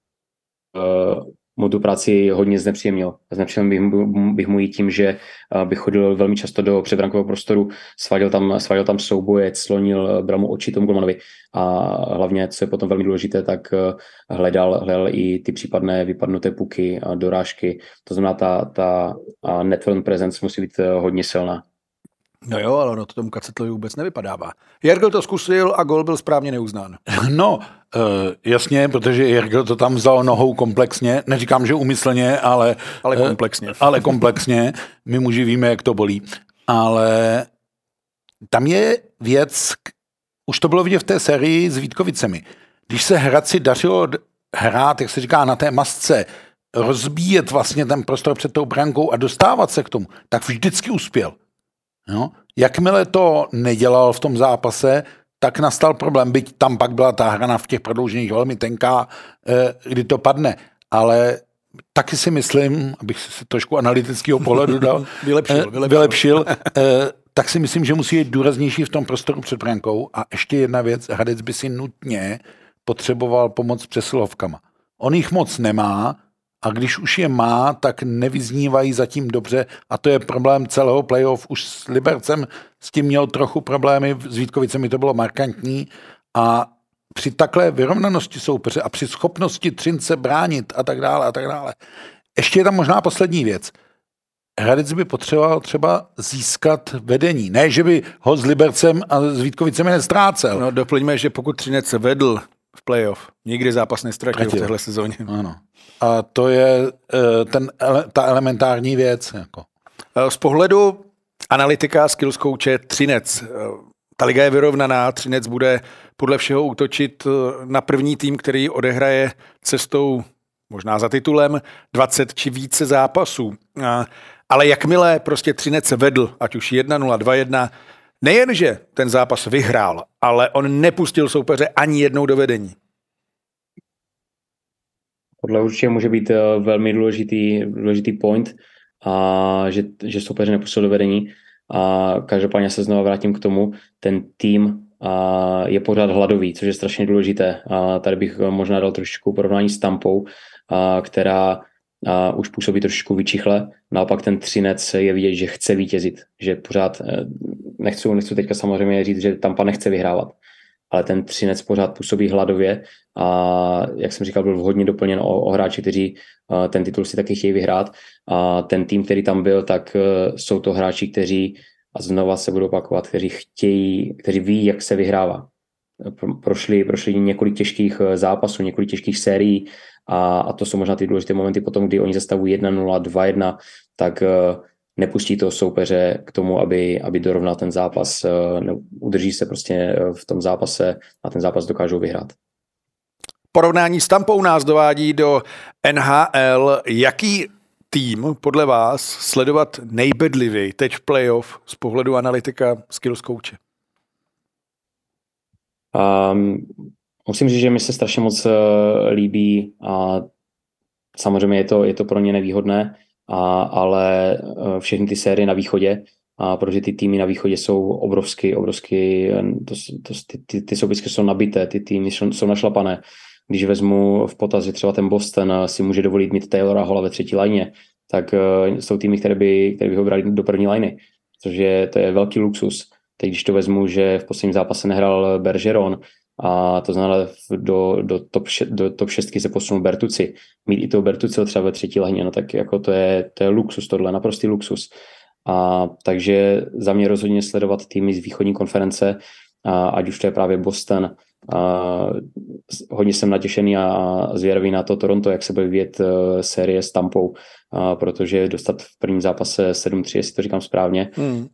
mu tu práci hodně znepříjemnil. Znepříjemnil bych mu ji tím, že bych chodil velmi často do předbrankového prostoru, sváděl tam souboje, clonil, bral mu oči tomu golmanovi a hlavně, co je potom velmi důležité, tak hledal i ty případné vypadnuté puky a dorážky. To znamená, ta net front presence musí být hodně silná. No jo, ale ono to tomu Kacetlovi vůbec nevypadává. Jergl to zkusil a gol byl správně neuznán. No, jasně, protože Jergl to tam vzal nohou komplexně. Neříkám, že úmyslně, ale komplexně. Ale komplexně. My muži víme, jak to bolí. Ale tam je věc, už to bylo vidět v té sérii s Vítkovicemi. Když se Hradci dařilo hrát, jak se říká, na té masce, rozbíjet vlastně ten prostor před tou brankou a dostávat se k tomu, tak vždycky uspěl. No, jakmile to nedělal v tom zápase, tak nastal problém, byť tam pak byla ta hra v těch prodlouženích velmi tenká, kdy to padne, ale taky si myslím, abych si trošku analytického pohledu dal, vylepšil tak si myslím, že musí být důraznější v tom prostoru před brankou a ještě jedna věc, Hradec by si nutně potřeboval pomoc přesilovkama. On jich moc nemá, a když už je má, tak nevyznívají zatím dobře a to je problém celého playoff. Už s Libercem s tím měl trochu problémy, s Vítkovicemi to bylo markantní a při takové vyrovnanosti soupeře a při schopnosti Třince bránit a tak dále. Ještě je tam možná poslední věc. Hradec by potřeboval třeba získat vedení. Ne, že by ho s Libercem a s Vítkovicemi nestrácel. No doplňme, že pokud Třinec se vedl v playoff, nikdy zápas nestratil v téhle sezóně. Ano. A to je ta elementární věc. Jako. Z pohledu analytika skills coache Třinec. Ta liga je vyrovnaná, Třinec bude podle všeho útočit na první tým, který odehraje cestou možná za titulem 20 či více zápasů. Ale jakmile prostě Třinec se vedl, ať už 1-0, 2-1, nejenže ten zápas vyhrál, ale on nepustil soupeře ani jednou do vedení. Podle určitě může být velmi důležitý point, že soupeře nepustil do vedení. A každopádně se znovu vrátím k tomu, ten tým je pořád hladový, což je strašně důležité. A tady bych možná dal trošičku porovnání s Tampou, která už působí trošičku vyčichle. Naopak ten Třinec je vidět, že chce vítězit, že pořád, nechci teďka samozřejmě říct, že Tampa nechce vyhrávat, ale ten Třinec pořád působí hladově a jak jsem říkal, byl hodně doplněn o hráči, kteří ten titul si taky chtějí vyhrát. A ten tým, který tam byl, tak jsou to hráči, kteří, a znova se budou opakovat, kteří ví, jak se vyhrává. Prošli několik těžkých zápasů, několik těžkých sérií a to jsou možná ty důležité momenty potom, kdy oni zastavují 1-0, 2-1, tak nepustí toho soupeře k tomu, aby dorovnal ten zápas, udrží se prostě v tom zápase a ten zápas dokážou vyhrát. Porovnání s Tampou nás dovádí do NHL. Jaký tým podle vás sledovat nejbedlivěji teď v playoff z pohledu analytika skills coache? Musím říct, že mi se strašně moc líbí a samozřejmě je to pro ně nevýhodné, ale všechny ty série na východě, protože ty týmy na východě jsou obrovsky, ty soupisky jsou nabité, ty týmy jsou našlapané. Když vezmu v potaz, že třeba ten Boston si může dovolit mít Taylora Halla ve třetí lajně, tak jsou týmy, které by ho brali do první lajny, protože to je velký luxus. Teď když to vezmu, že v posledním zápase nehrál Bergeron, a to znamená do top 6 se posunul Bertucci. Mít i toho Bertucciho třeba ve třetí lajně, no tak jako to je luxus, tohle naprostý luxus. Takže za mě rozhodně sledovat týmy z východní konference, ať už to je právě Boston. Hodně jsem natěšený a zvědavý na to Toronto, jak se bude vyvíjet série s Tampou, protože dostat v prvním zápase 7-3, jestli to říkám správně.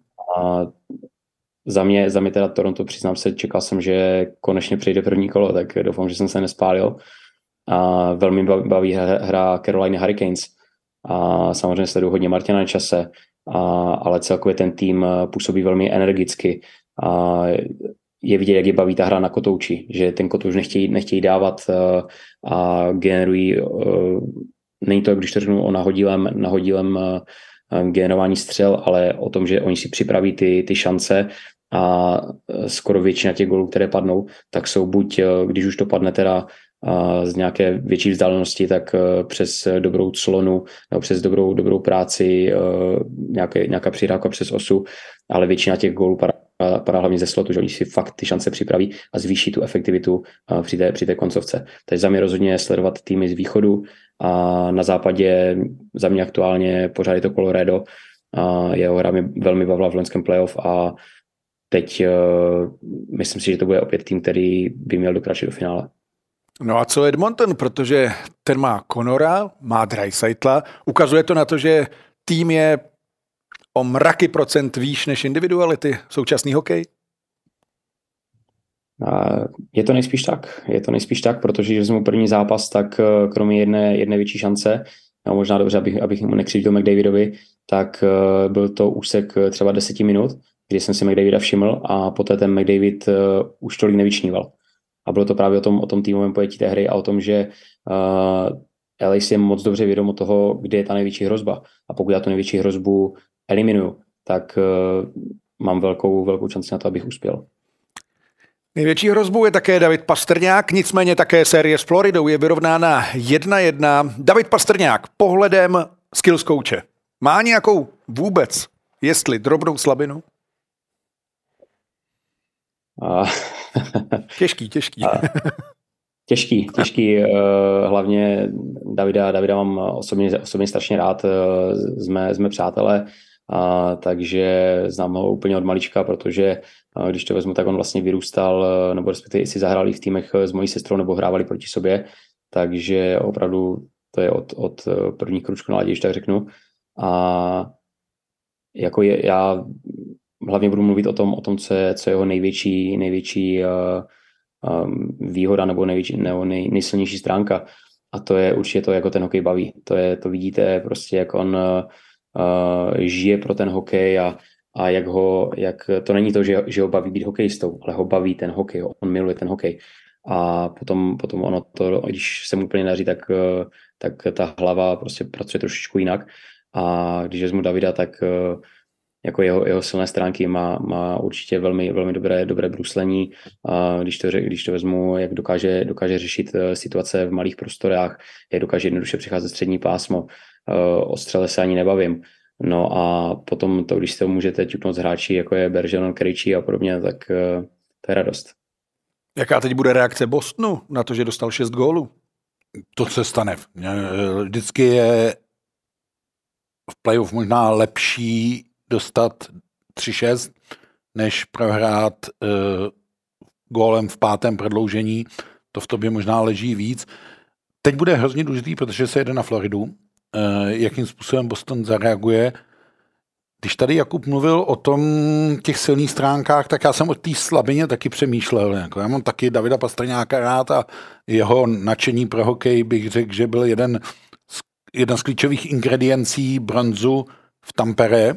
Za mě teda Toronto, přiznám se, čekal jsem, že konečně přijde první kolo, tak doufám, že jsem se nespálil. Velmi baví hra Carolina Hurricanes. Samozřejmě sleduju hodně Martina Nečase, ale celkově ten tým působí velmi energicky. Je vidět, jak je baví ta hra na kotouči, že ten kotouč nechtějí dávat a generují, není to, když to řeknu o nahodilém generování střel, ale o tom, že oni si připraví ty šance a skoro většina těch gólů, které padnou, tak jsou buď, když už to padne teda z nějaké větší vzdálenosti, tak přes dobrou clonu nebo přes dobrou práci, nějaká přihrávka přes osu, ale většina těch gólů padá hlavně ze slotu, že oni si fakt ty šance připraví a zvýší tu efektivitu při té koncovce. Takže za mě rozhodně sledovat týmy z východu a na západě za mě aktuálně pořád je to Colorado. Jeho hra mi velmi bavila v loňském playoff a teď myslím si, že to bude opět tým, který by měl dokráčet do finále. No a co Edmonton, protože ten má Connora, má Dreisaitla, ukazuje to na to, že tým je o mraky procent výš než individuality, současný hokej? Je to nejspíš tak, protože když vezmu první zápas, tak kromě jedné větší šance, no možná dobře, abych mu nekřivdil McDavidovi, tak byl to úsek třeba 10 minut, kdy jsem si McDavida všiml a poté ten McDavid už tolik nevyčníval. A bylo to právě o tom týmovém pojetí té hry a o tom, že LA si je moc dobře vědomo toho, kde je ta největší hrozba. A pokud já tu největší hrozbu eliminuju, tak mám velkou šanci na to, abych uspěl. Největší hrozbou je také David Pastrňák, nicméně také série s Floridou je vyrovnána 1-1. David Pastrňák pohledem skills coache. Má nějakou vůbec, jestli drobnou slabinu? Těžký. Těžký. Hlavně Davida mám osobně strašně rád. Jsme přátelé, takže znám ho úplně od malička, protože když to vezmu, tak on vlastně vyrůstal, nebo respektive si zahrali v týmech s mojí sestrou, nebo hrávali proti sobě, takže opravdu to je od prvních kručků na ladě, když tak řeknu. A jako já hlavně budu mluvit o tom, co je jeho největší výhoda nebo nejsilnější stránka. A to je určitě to, jako ten hokej baví. To vidíte prostě, jak on žije pro ten hokej a jak to není to, že ho baví být hokejistou, ale ho baví ten hokej, on miluje ten hokej. A potom ono to, když se mu úplně daří, tak ta hlava prostě pracuje trošičku jinak. A když vezmu Davida, tak jako jeho silné stránky má určitě velmi dobré bruslení. Když to vezmu, jak dokáže řešit situace v malých prostorách, jak dokáže jednoduše přicházet střední pásmo, o střele se ani nebavím. No a potom to, když to můžete ťuknout z hráči, jako je Bergeron, Krejčí a podobně, tak to je radost. Jaká teď bude reakce Bostonu na to, že dostal 6 gólů? To se stane. Vždycky je v playoff možná lepší dostat 3-6, než prohrát gólem v 5. prodloužení. To v tobě možná leží víc. Teď bude hrozně důležitý, protože se jede na Floridu. Jakým způsobem Boston zareaguje. Když tady Jakub mluvil o tom těch silných stránkách, tak já jsem o té slabině taky přemýšlel. Jako já mám taky Davida Pastrňáka rád a jeho nadšení pro hokej bych řekl, že byl jeden z klíčových ingrediencí bronzu v Tampere,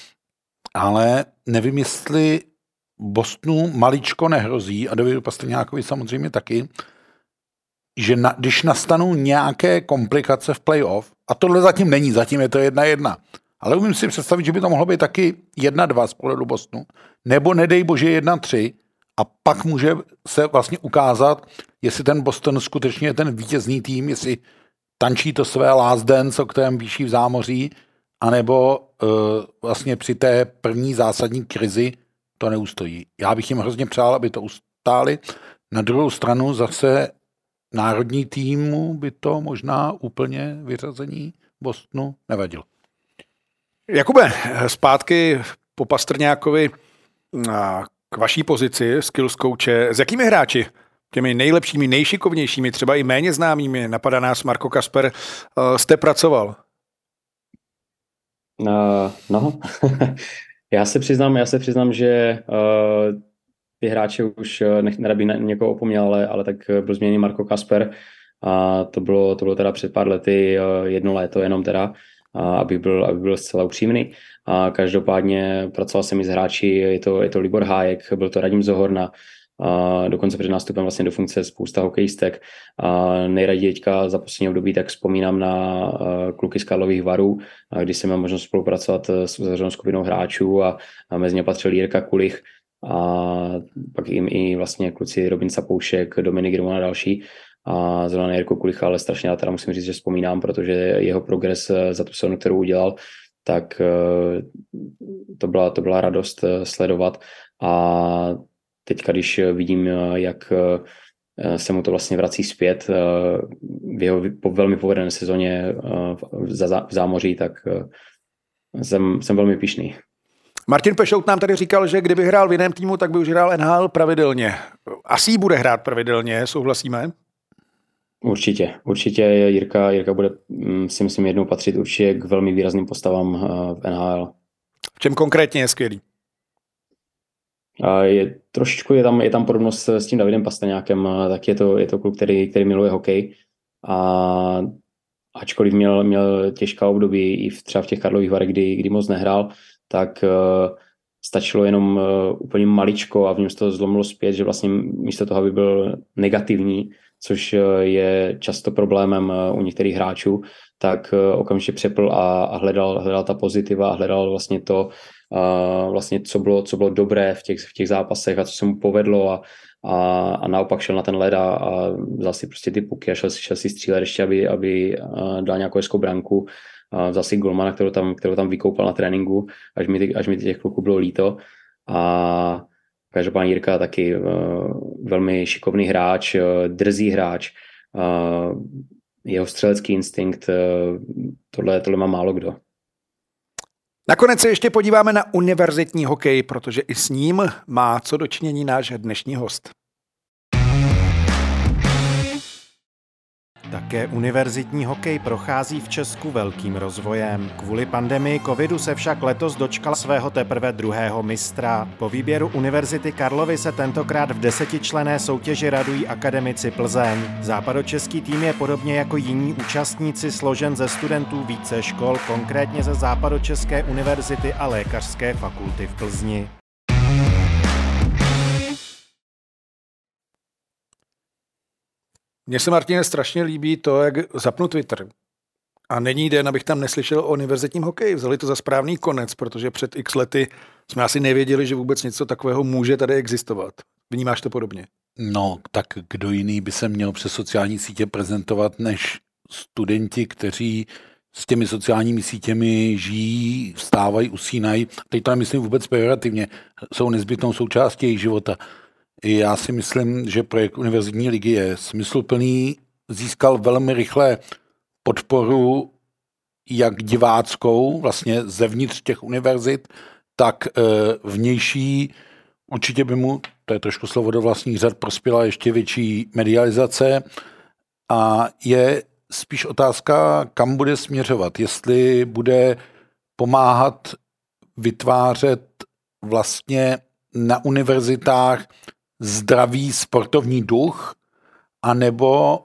ale nevím, jestli Bostonu maličko nehrozí, a Davidu Pastrňákovi samozřejmě taky, že když nastanou nějaké komplikace v playoff, a tohle zatím není, zatím je to 1-1, ale umím si představit, že by to mohlo být taky 1-2 z pohledu Bostonu, nebo nedej bože 1-3, a pak může se vlastně ukázat, jestli ten Boston skutečně je ten vítězný tým, jestli tančí to své last dance, o kterém píší v zámoří, anebo vlastně při té první zásadní krizi to neustojí. Já bych jim hrozně přál, aby to ustáli. Na druhou stranu zase národní týmu by to možná úplně vyřazení Bostonu nevadilo. Jakube, zpátky po Pastrňákovi k vaší pozici skills coache. S jakými hráči, těmi nejlepšími, nejšikovnějšími, třeba i méně známými, napadá nás Marco Kasper, jste pracoval? Já se přiznám, že ty hráče už nerad bych někoho opomněl, ale tak byl změněný Marco Kasper a to bylo teda před pár lety, 1 léto jenom teda, aby byl zcela upřímný. A každopádně pracoval jsem i s hráči, je to Libor Hájek, byl to Radim Zohorna, dokonce před nástupem vlastně do funkce spousta hokejistek. Nejraději teďka za poslední období tak vzpomínám na kluky z Karlových Varů, kdy jsem měl možnost spolupracovat s uzavřenou skupinou hráčů a mezi ně patřil Jirka Kulich, a pak i vlastně kluci Robin Sapoušek, Dominik Roman a další. A zrovna na Jirku Kulicha, ale strašně já teda musím říct, že vzpomínám, protože jeho progres za tu sezonu, kterou udělal, tak to byla radost sledovat. A teďka, když vidím, jak se mu to vlastně vrací zpět v jeho velmi povedené sezóně v zámoří, tak jsem velmi pyšný. Martin Pešout nám tady říkal, že kdyby hrál v jiném týmu, tak by už hrál NHL pravidelně. Asi bude hrát pravidelně, souhlasíme? Určitě Jirka bude, si myslím, jednou patřit určitě k velmi výrazným postavám v NHL. V čem konkrétně je skvělý? Trošičku je tam podobnost s tím Davidem Pastrňákem, tak je to kluk, který miluje hokej, a ačkoliv měl těžká období i třeba v těch Karlových Varech, kdy moc nehrál, tak stačilo jenom úplně maličko a v něm se to zlomilo zpět, že vlastně místo toho, aby byl negativní, což je často problémem u některých hráčů, tak okamžitě přepl a hledal ta pozitiva a hledal vlastně to, vlastně co bylo dobré v těch zápasech a co se mu povedlo a naopak šel na ten led a vzal si prostě ty puky a šel si střílet ještě, aby dal nějakou hezkou branku. Vzal si golmana, kterou tam vykoupal na tréninku, až mi těch kluků bylo líto. A každopádně Jirka taky velmi šikovný hráč, drzý hráč, jeho střelecký instinkt, tohle má málo kdo. Nakonec se ještě podíváme na univerzitní hokej, protože i s ním má co dočinění náš dnešní host. Také univerzitní hokej prochází v Česku velkým rozvojem. Kvůli pandemii covidu se však letos dočkal svého teprve druhého mistra. Po výběru Univerzity Karlovy se tentokrát v 10členné soutěži radují akademici Plzeň. Západočeský tým je podobně jako jiní účastníci složen ze studentů více škol, konkrétně ze Západočeské univerzity a Lékařské fakulty v Plzni. Mně se, Martine, strašně líbí to, jak zapnu Twitter. A není den, abych tam neslyšel o univerzitním hokeji. Vzali to za správný konec, protože před x lety jsme asi nevěděli, že vůbec něco takového může tady existovat. Vnímáš to podobně? No, tak kdo jiný by se měl přes sociální sítě prezentovat, než studenti, kteří s těmi sociálními sítěmi žijí, vstávají, usínají. Teď to nemyslím vůbec pejorativně, jsou nezbytnou součástí jejich života. Já si myslím, že projekt univerzitní ligy je smysluplný, získal velmi rychle podporu jak diváckou, vlastně zevnitř těch univerzit, tak vnější. Určitě by mu, to je trošku slovo do vlastních řad, prospěla ještě větší medializace a je spíš otázka, kam bude směřovat. Jestli bude pomáhat vytvářet vlastně na univerzitách zdravý sportovní duch, anebo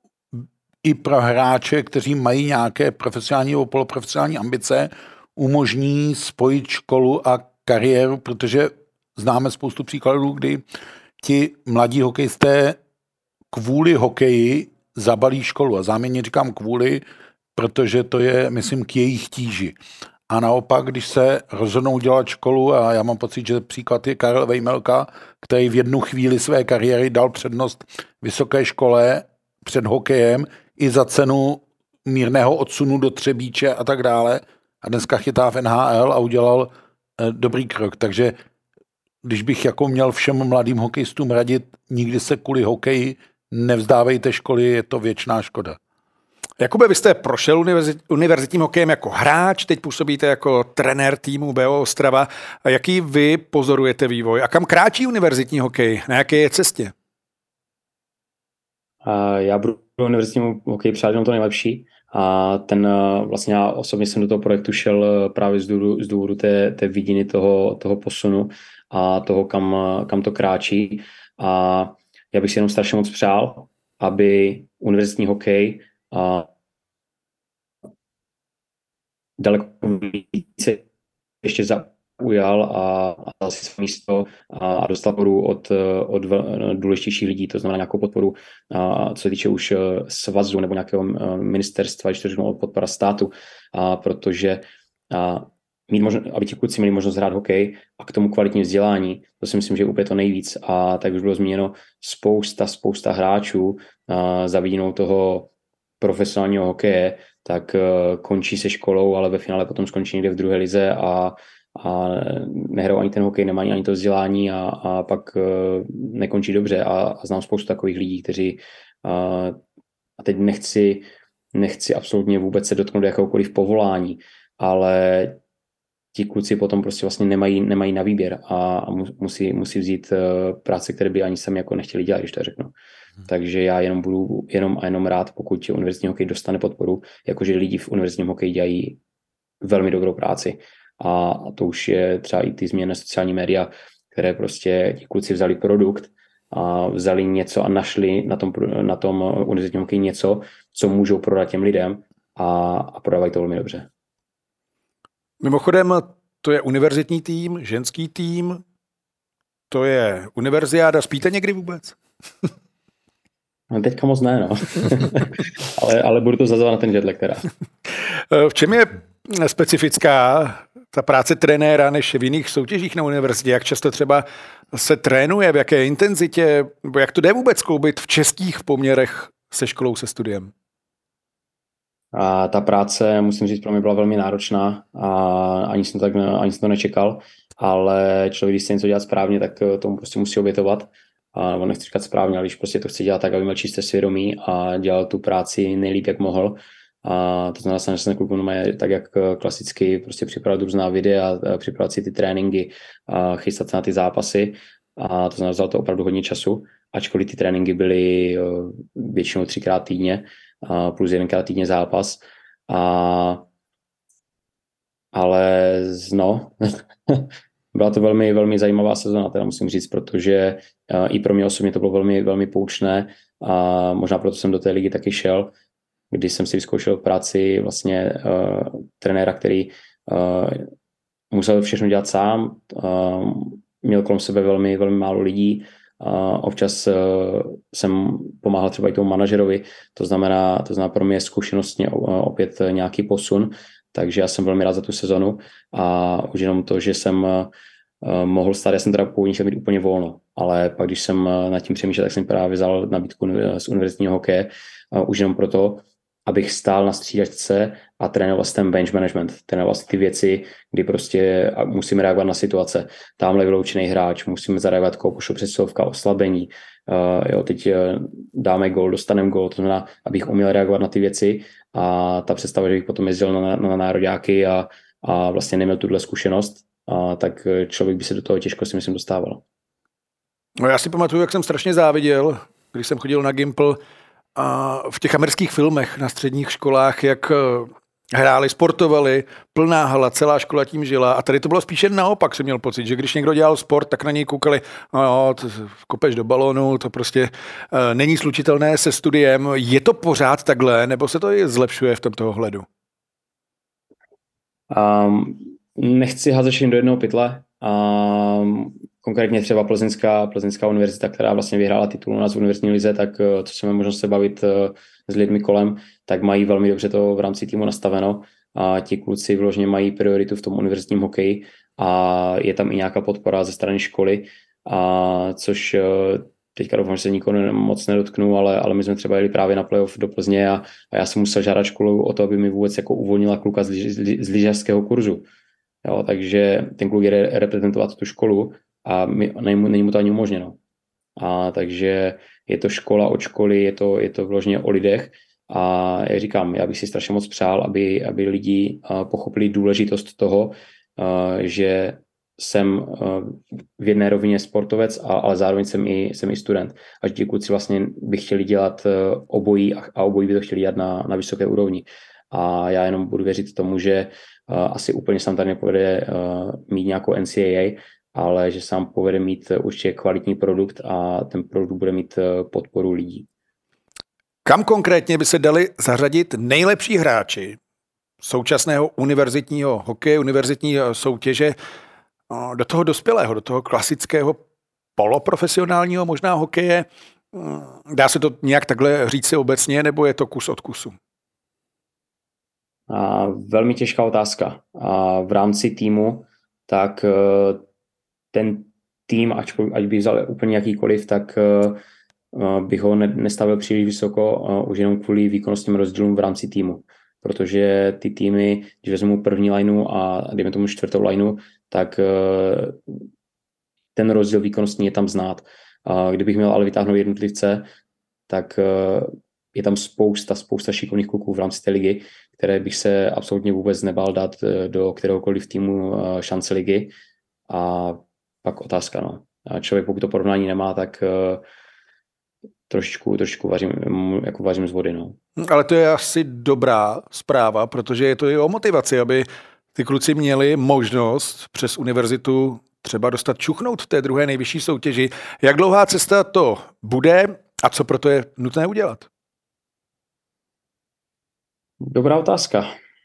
i pro hráče, kteří mají nějaké profesionální nebo poloprofesionální ambice, umožní spojit školu a kariéru, protože známe spoustu příkladů, kdy ti mladí hokejisté kvůli hokeji zabalí školu. A záměrně říkám kvůli, protože to je, myslím, k jejich tíži. A naopak, když se rozhodnou dělat školu, a já mám pocit, že příklad je Karel Vejmelka, který v jednu chvíli své kariéry dal přednost vysoké škole před hokejem i za cenu mírného odsunu do Třebíče a tak dále. A dneska chytá v NHL a udělal dobrý krok. Takže když bych jako měl všem mladým hokejistům radit, nikdy se kvůli hokeji nevzdávejte školy, je to věčná škoda. Jakube, vy jste prošel univerzitním hokejem jako hráč, teď působíte jako trenér týmu BO Ostrava. A jaký vy pozorujete vývoj? A kam kráčí univerzitní hokej? Na jaké je cestě? Já budu univerzitnímu hokeji přát jenom to nejlepší. A vlastně já osobně jsem do toho projektu šel právě z důvodu té vidiny toho posunu a toho, kam to kráčí. A já bych si jenom strašně moc přál, aby univerzitní hokej daleko více ještě zaujal a dal si své místo a dostal podporu od důležitějších lidí, to znamená nějakou podporu, co se týče už svazu nebo nějakého ministerstva, když to řeknu, podpora státu, protože aby ti kluci měli možnost hrát hokej a k tomu kvalitní vzdělání, to si myslím, že je úplně to nejvíc. A tak už bylo zmíněno, spousta hráčů za vidinou toho profesionálního hokeje, tak končí se školou, ale ve finále potom skončí někde v druhé lize a nehrajou ani ten hokej, nemají ani to vzdělání a pak nekončí dobře. A znám spoustu takových lidí, kteří a teď nechci absolutně vůbec se dotknout jakoukoliv povolání, ale ti kluci potom prostě vlastně nemají na výběr a musí vzít práce, které by ani sami jako nechtěli dělat, když to řeknu. Takže já jenom budu jenom rád, pokud univerzitní hokej dostane podporu, jakože lidi v univerzitním hokeji dělají velmi dobrou práci. A to už je třeba i ty změny na sociální média, které prostě ti kluci vzali produkt a vzali něco a našli na tom univerzitním hokeji něco, co můžou prodat těm lidem a prodávají to velmi dobře. Mimochodem, to je univerzitní tým, ženský tým, to je univerziáda. Spíte někdy vůbec? No teďka moc ne, no. ale budu to zazvat na ten jetlag teda. V čem je specifická ta práce trenéra než v jiných soutěžích na univerzitě? Jak často třeba se trénuje, v jaké intenzitě, nebo jak to jde vůbec skloubit v českých poměrech se školou, se studiem? A ta práce, musím říct, pro mě byla velmi náročná a ani jsem to nečekal, ale člověk, když chce něco dělat správně, tak tomu prostě musí obětovat. Nebo nechci říkat správně, ale když prostě to chce dělat tak, aby měl čisté svědomí a dělal tu práci nejlíp, jak mohl. A to znamená, že se klukům tak, jak klasicky prostě připravovat různá videa, připravovat si ty tréninky, a chystat se na ty zápasy. A to znamená, vzal to opravdu hodně času, ačkoliv ty tréninky byly většinou 3x týdně, plus 1x týdně zápas. Ale byla to velmi, velmi zajímavá sezona, teda musím říct, protože i pro mě osobně to bylo velmi, velmi poučné a možná proto jsem do té ligy taky šel, když jsem si vyzkoušel práci vlastně trenéra, který musel všechno dělat sám, měl kolem sebe velmi, velmi málo lidí, občas jsem pomáhal třeba i tomu manažerovi, to znamená pro mě zkušenostně opět nějaký posun, takže já jsem velmi rád za tu sezonu a už jenom to, že jsem mohl stát, já jsem teda původně chtěl mít úplně volno, ale pak když jsem nad tím přemýšlel, tak jsem právě vzal nabídku z univerzitního hokeje, už jenom proto, abych stál na střídačce a trénoval ten bench management, trénoval ty věci, kdy prostě musíme reagovat na situace. Tamhle vyloučený hráč, musíme zareagovat kopušu, přesilovka, oslabení. Teď dáme gól, dostaneme gól, to znamená, abych uměl reagovat na ty věci a ta představa, že bych potom jezdil na nároďáky a vlastně neměl tuhle zkušenost, tak člověk by se do toho těžko si myslím dostával. No já si pamatuju, jak jsem strašně záviděl, když jsem chodil na Gimple a v těch amerických filmech na středních školách, jak hráli, sportovali, plná hala, celá škola tím žila a tady to bylo spíše naopak, jsem měl pocit, že když někdo dělal sport, tak na něj koukali, no, to kopeš do balónu, to prostě není slučitelné se studiem. Je to pořád takhle, nebo se to i zlepšuje v tomto ohledu? Nechci házet všechny do jednoho pytle. Konkrétně třeba Plzeňská univerzita, která vlastně vyhrála titul u nás v univerzitní lize, tak co jsme možnost se bavit s lidmi kolem, tak mají velmi dobře to v rámci týmu nastaveno a ti kluci vyloženě mají prioritu v tom univerzitním hokeji a je tam i nějaká podpora ze strany školy, což teďka doufám, že se nikoho moc nedotknu, ale my jsme třeba jeli právě na playoff do Plzně a já jsem musel žádat školu o to, aby mi vůbec jako uvolnila kluka z lyžařského kurzu. Jo, takže ten kluk jde reprezentovat tu školu a není mu to ani umožněno. Takže je to škola od školy, je to vložně o lidech a jak říkám, já bych si strašně moc přál, aby lidi pochopili důležitost toho, že jsem v jedné rovině sportovec, ale zároveň jsem i student. A že ti kluci vlastně by chtěli dělat obojí a obojí by to chtěli dělat na vysoké úrovni. A já jenom budu věřit tomu, že asi úplně sám tady nepovede mít nějakou NCAA, ale že sám povede mít určitě kvalitní produkt a ten produkt bude mít podporu lidí. Kam konkrétně by se dali zařadit nejlepší hráči současného univerzitního hokeje, univerzitní soutěže do toho dospělého, do toho klasického poloprofesionálního možná hokeje? Dá se to nějak takhle říct si obecně, nebo je to kus od kusu? Velmi těžká otázka. V rámci týmu, tak ten tým, ať by vzal úplně jakýkoliv, tak bych ho nestavil příliš vysoko už jenom kvůli výkonnostním rozdílům v rámci týmu. Protože ty týmy, když vezmu první lineu a dejme tomu čtvrtou lineu, tak ten rozdíl výkonnostní je tam znát. Kdybych měl ale vytáhnout jednotlivce, tak je tam spousta šikovných kluků v rámci té ligy, které bych se absolutně vůbec nebál dát do kteréhokoliv týmu šance ligy. A pak otázka, no. A člověk, pokud to porovnání nemá, tak trošičku vařím z vody, no. Ale to je asi dobrá zpráva, protože je to i o motivaci, aby ty kluci měli možnost přes univerzitu třeba dostat čuchnout v té druhé nejvyšší soutěži. Jak dlouhá cesta to bude a co proto je nutné udělat? Dobrá otázka.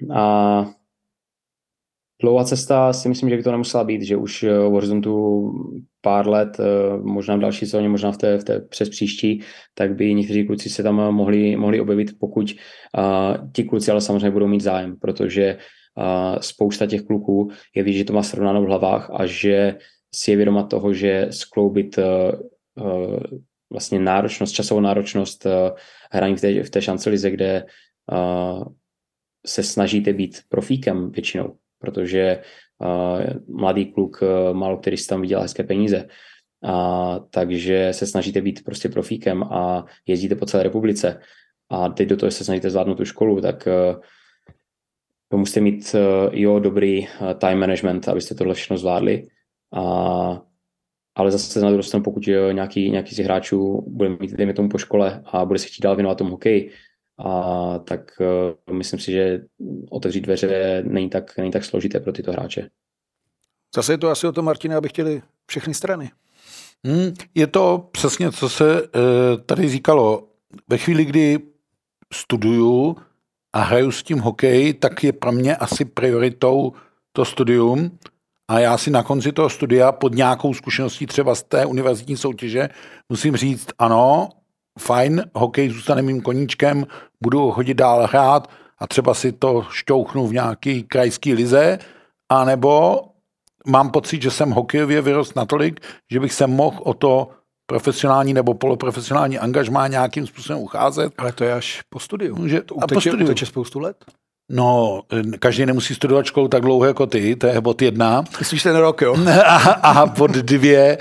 Dlouhá cesta si myslím, že by to nemusela být, že už v horizontu pár let, možná v další sezóně, možná v té přes příští, tak by někteří kluci se tam mohli objevit, pokud ti kluci ale samozřejmě budou mít zájem, protože spousta těch kluků je vidět, že to má srovnáno v hlavách a že si je vědoma toho, že skloubit vlastně časovou náročnost hraní v té šance lize, kde se snažíte být profíkem většinou, protože mladý kluk, málo který si tam vydělá hezké peníze, takže se snažíte být prostě profíkem a jezdíte po celé republice a teď do toho se snažíte zvládnout tu školu, tak to musíte mít dobrý time management, abyste tohle všechno zvládli. Ale zase na druhou stranu, pokud nějaký z hráčů bude mít, dejme tomu, po škole a bude se chtít dál věnovat tomu hokeji, tak myslím si, že otevřít dveře není tak složité pro tyto hráče. Zase je to asi o tom, Martine, aby chtěli všechny strany. Je to přesně, co se tady říkalo. Ve chvíli, kdy studuju a hraju s tím hokej, tak je pro mě asi prioritou to studium a já si na konci toho studia pod nějakou zkušeností třeba z té univerzitní soutěže musím říct, ano, fajn, hokej zůstane mým koníčkem, budu chodit dál hrát a třeba si to šťouchnu v nějaký krajský lize, anebo mám pocit, že jsem hokejově vyrost natolik, že bych se mohl o to profesionální nebo poloprofesionální angažmá nějakým způsobem ucházet. Ale to je až po studiu. Že to uteče spoustu let? No, každý nemusí studovat školu tak dlouho jako ty, to je bod 1. Myslíš ten rok, jo? A bod 2,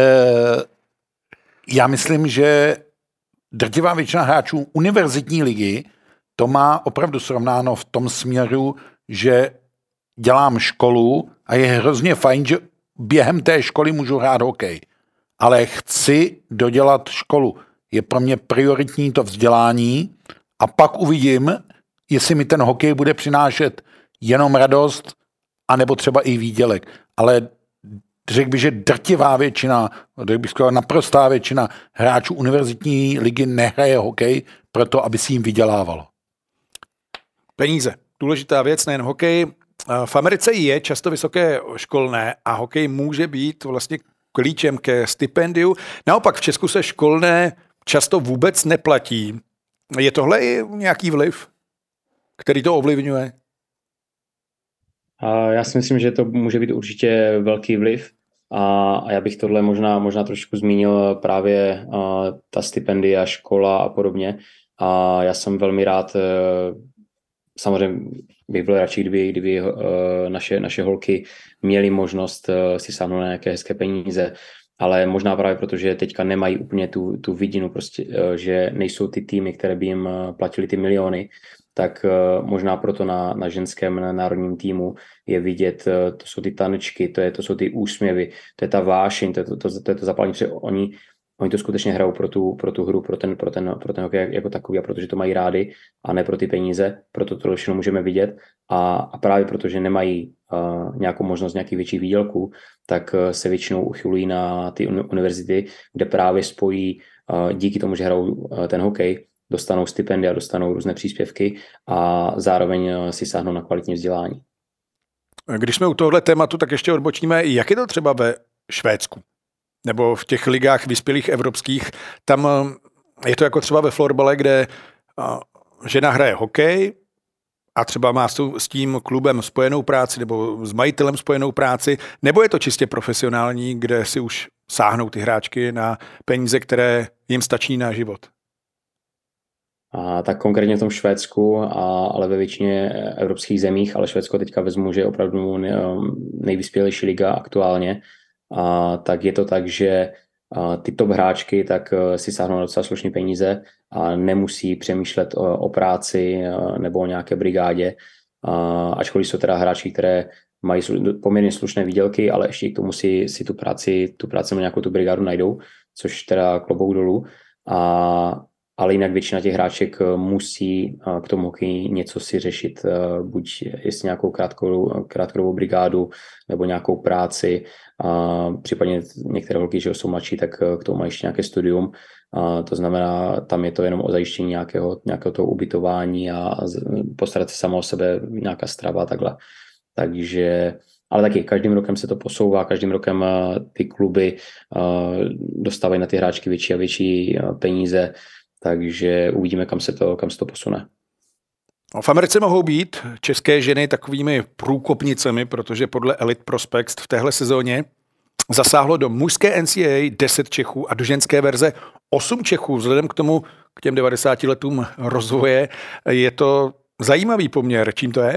já myslím, že drtivá většina hráčů univerzitní ligy to má opravdu srovnáno v tom směru, že dělám školu a je hrozně fajn, že během té školy můžu hrát hokej. Ale chci dodělat školu. Je pro mě prioritní to vzdělání a pak uvidím, jestli mi ten hokej bude přinášet jenom radost, anebo třeba i výdělek. Ale řekl bych, že drtivá většina, řekl bych skoro naprostá většina hráčů univerzitní ligy nehraje hokej proto, aby si jim vydělávalo. Peníze. Důležitá věc, nejen hokej. V Americe je často vysoké školné a hokej může být vlastně klíčem ke stipendiu. Naopak v Česku se školné často vůbec neplatí. Je tohle i nějaký vliv, který to ovlivňuje? Já si myslím, že to může být určitě velký vliv a já bych tohle možná trošku zmínil právě ta stipendia, škola a podobně. A já jsem velmi rád, samozřejmě bych byl radši, kdyby naše holky měly možnost si sáhnout na nějaké hezké peníze, ale možná právě protože teďka nemají úplně tu vidinu, prostě, že nejsou ty týmy, které by jim platili ty miliony, tak možná proto na ženském národním týmu je vidět, to jsou ty tanečky, to jsou ty úsměvy, to je ta vášeň, to je to zapálení, protože oni to skutečně hrajou pro tu hru, pro ten hokej jako takový a protože to mají rádi a ne pro ty peníze, proto to všechno můžeme vidět a právě protože nemají nějakou možnost nějakých větších výdělků, tak se většinou uchylují na ty univerzity, kde právě spojí díky tomu, že hrajou ten hokej, dostanou stipendia, dostanou různé příspěvky a zároveň si sáhnou na kvalitní vzdělání. Když jsme u tohohle tématu, tak ještě odbočíme, jak je to třeba ve Švédsku? Nebo v těch ligách vyspělých evropských, tam je to jako třeba ve florbale, kde žena hraje hokej a třeba má s tím klubem spojenou práci nebo s majitelem spojenou práci, nebo je to čistě profesionální, kde si už sáhnou ty hráčky na peníze, které jim stačí na život? A tak konkrétně v tom Švédsku, ale ve většině evropských zemích, ale Švédsko teďka vezmu, že je opravdu nejvyspělejší liga aktuálně, tak je to tak, že ty top hráčky tak si sáhnou na docela slušné peníze a nemusí přemýšlet o práci nebo o nějaké brigádě, ačkoliv jsou teda hráčky, které mají poměrně slušné výdělky, ale ještě k tomu si tu práci na nějakou tu brigádu najdou, což teda klobouk dolů. Ale jinak většina těch hráček musí k tomu hokeji něco si řešit, buď jestli nějakou krátkodobou brigádu nebo nějakou práci, případně některé holky, že jsou mladší, tak k tomu mají ještě nějaké studium, to znamená, tam je to jenom o zajištění nějakého toho ubytování a postarat se sama o sebe, nějaká strava a takhle. Takže, ale taky každým rokem se to posouvá, každým rokem ty kluby dostávají na ty hráčky větší a větší peníze, takže uvidíme, kam se to posune. V Americe mohou být české ženy takovými průkopnicemi, protože podle Elite Prospects v téhle sezóně zasáhlo do mužské NCAA 10 Čechů a do ženské verze 8 Čechů. Vzhledem k těm 90 letům rozvoje je to zajímavý poměr. Čím to je?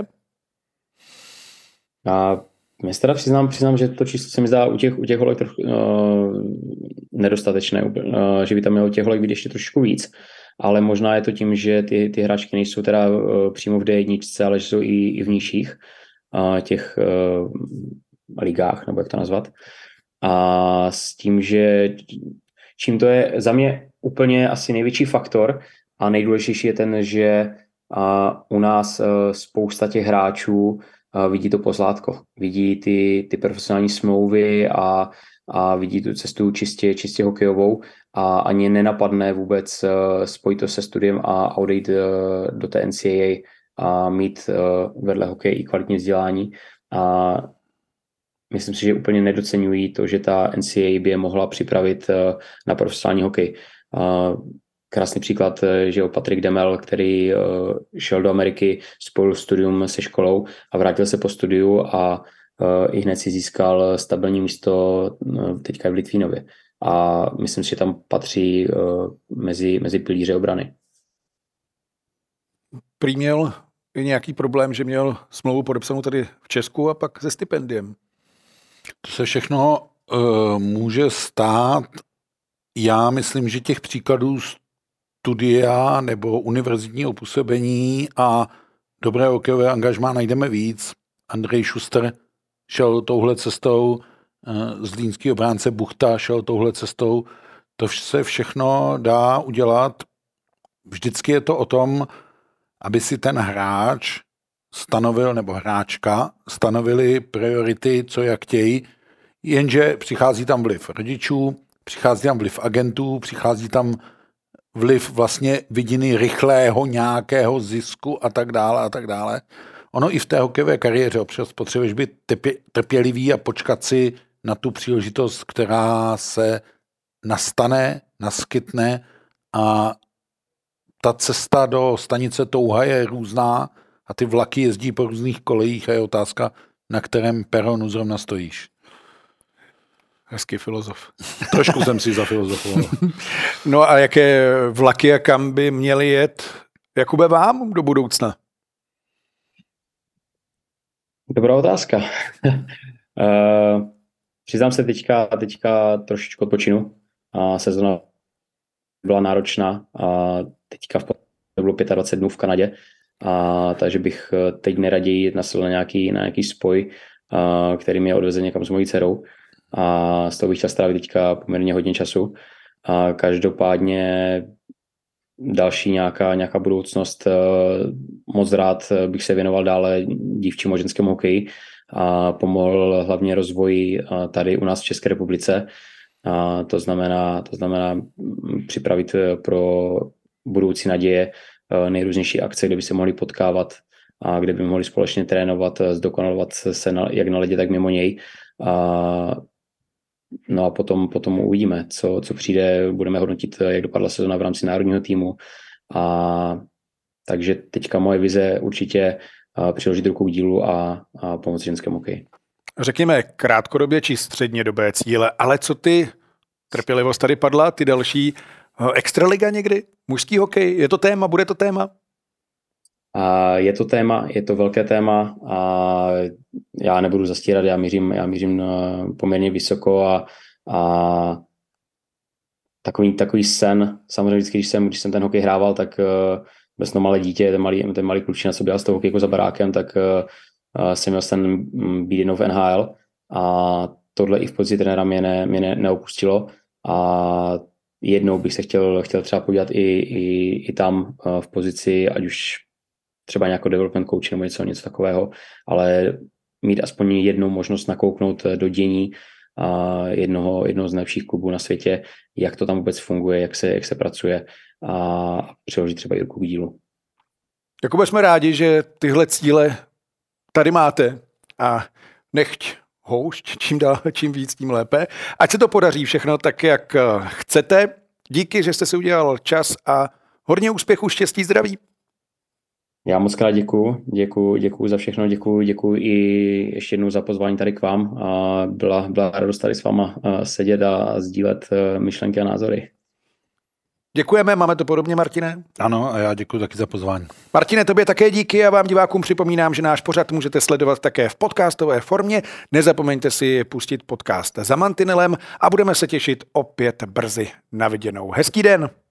Já se teda přiznám, že to číslo se mi zdá u těch holek trochu nedostatečné, že by tam mělo těch holek být ještě trošku víc, ale možná je to tím, že ty hráčky nejsou teda přímo v D1, ale že jsou i v nižších těch ligách, nebo jak to nazvat. A s tím, že čím to je za mě úplně asi největší faktor a nejdůležitější je ten, že u nás spousta těch hráčů vidí to pozlátko, vidí ty profesionální smlouvy a vidí tu cestu čistě hokejovou a ani nenapadne vůbec spojit to se studiem a odejít do té NCAA a mít vedle hokeje i kvalitní vzdělání. A myslím si, že úplně nedoceňují to, že ta NCAA by je mohla připravit na profesionální hokej. Krásný příklad, že jo, Patrik Demel, který šel do Ameriky, spojil studium se školou a vrátil se po studiu a i hned si získal stabilní místo teďka v Litvínově. A myslím si, že tam patří mezi pilíře obrany. Prý měl nějaký problém, že měl smlouvu podepsanou tady v Česku a pak se stipendiem. To se všechno může stát. Já myslím, že těch příkladů studia nebo univerzitního působení a dobré hokejové angažmá najdeme víc. Andrej Schuster šel touhle cestou, zlínský obránce Buchta šel touhle cestou. To se všechno dá udělat. Vždycky je to o tom, aby si ten hráč stanovil, nebo hráčka stanovili priority, co jak chtějí, jenže přichází tam vliv rodičů, přichází tam vliv agentů, přichází tam vliv vlastně vidiny rychlého nějakého zisku a tak dále a tak dále. Ono i v té hokejové kariéře občas potřebuješ být trpělivý a počkat si na tu příležitost, která se nastane, naskytne a ta cesta do stanice Touha je různá a ty vlaky jezdí po různých kolejích a je otázka, na kterém peronu zrovna stojíš. Hezký filozof. Trošku jsem si zafilozofoval. No a jaké vlaky a kam by měly jet, Jakube, vám do budoucna? Dobrá otázka. Přiznám se teďka trošičku odpočinu. Sezona byla náročná a teďka to bylo 25 dnů v Kanadě, takže bych teď neraději nasedl na nějaký spoj, který mě odveze někam s mojí dcerou. A z toho bych chtěl strávit teďka poměrně hodně času. Každopádně další nějaká budoucnost. Moc rád bych se věnoval dále dívčím a ženskému hokeji a pomohl hlavně rozvoji tady u nás v České republice. To znamená připravit pro budoucí naděje nejrůznější akce, kde by se mohli potkávat a kde by mohli společně trénovat, zdokonalovat se jak na ledě, tak mimo něj. No a potom uvidíme, co přijde, budeme hodnotit, jak dopadla sezona v rámci národního týmu a Takže teďka moje vize určitě přiložit ruku k dílu a pomoct ženskému hokeji. Řekněme krátkodobě či střednědobé cíle, ale co ty, trpělivost tady padla, ty další, extraliga někdy? Mužský hokej, je to téma, bude to téma? Je to téma, je to velké téma a já nebudu zastírat, já mířím poměrně vysoko a takový sen, samozřejmě vždycky, když jsem ten hokej hrával, tak bez toho malé dítě, ten malý klučina, co běhal z toho hokejku za barákem, tak jsem měl sen být jednou v NHL a tohle i v pozici trenéra mě neopustilo a jednou bych se chtěl třeba podívat i tam v pozici, ať už třeba nějakou development coach nebo něco takového, ale mít aspoň jednou možnost nakouknout do dění jednoho z nejlepších klubů na světě, jak to tam vůbec funguje, jak se pracuje a přiložit třeba i ruku k dílu. Jakube, jsme rádi, že tyhle cíle tady máte a nechť houšť, čím dál, čím víc, tím lépe. Ať se to podaří všechno tak, jak chcete. Díky, že jste si udělal čas a hodně úspěchu, štěstí, zdraví. Já moc krát děkuju za všechno, děkuju i ještě jednou za pozvání tady k vám. Byla radost tady s váma sedět a sdílet myšlenky a názory. Děkujeme, máme to podobně, Martine? Ano, a já děkuji taky za pozvání. Martine, tobě také díky a vám divákům připomínám, že náš pořad můžete sledovat také v podcastové formě. Nezapomeňte si pustit podcast Za mantinelem a budeme se těšit opět brzy na viděnou. Hezký den!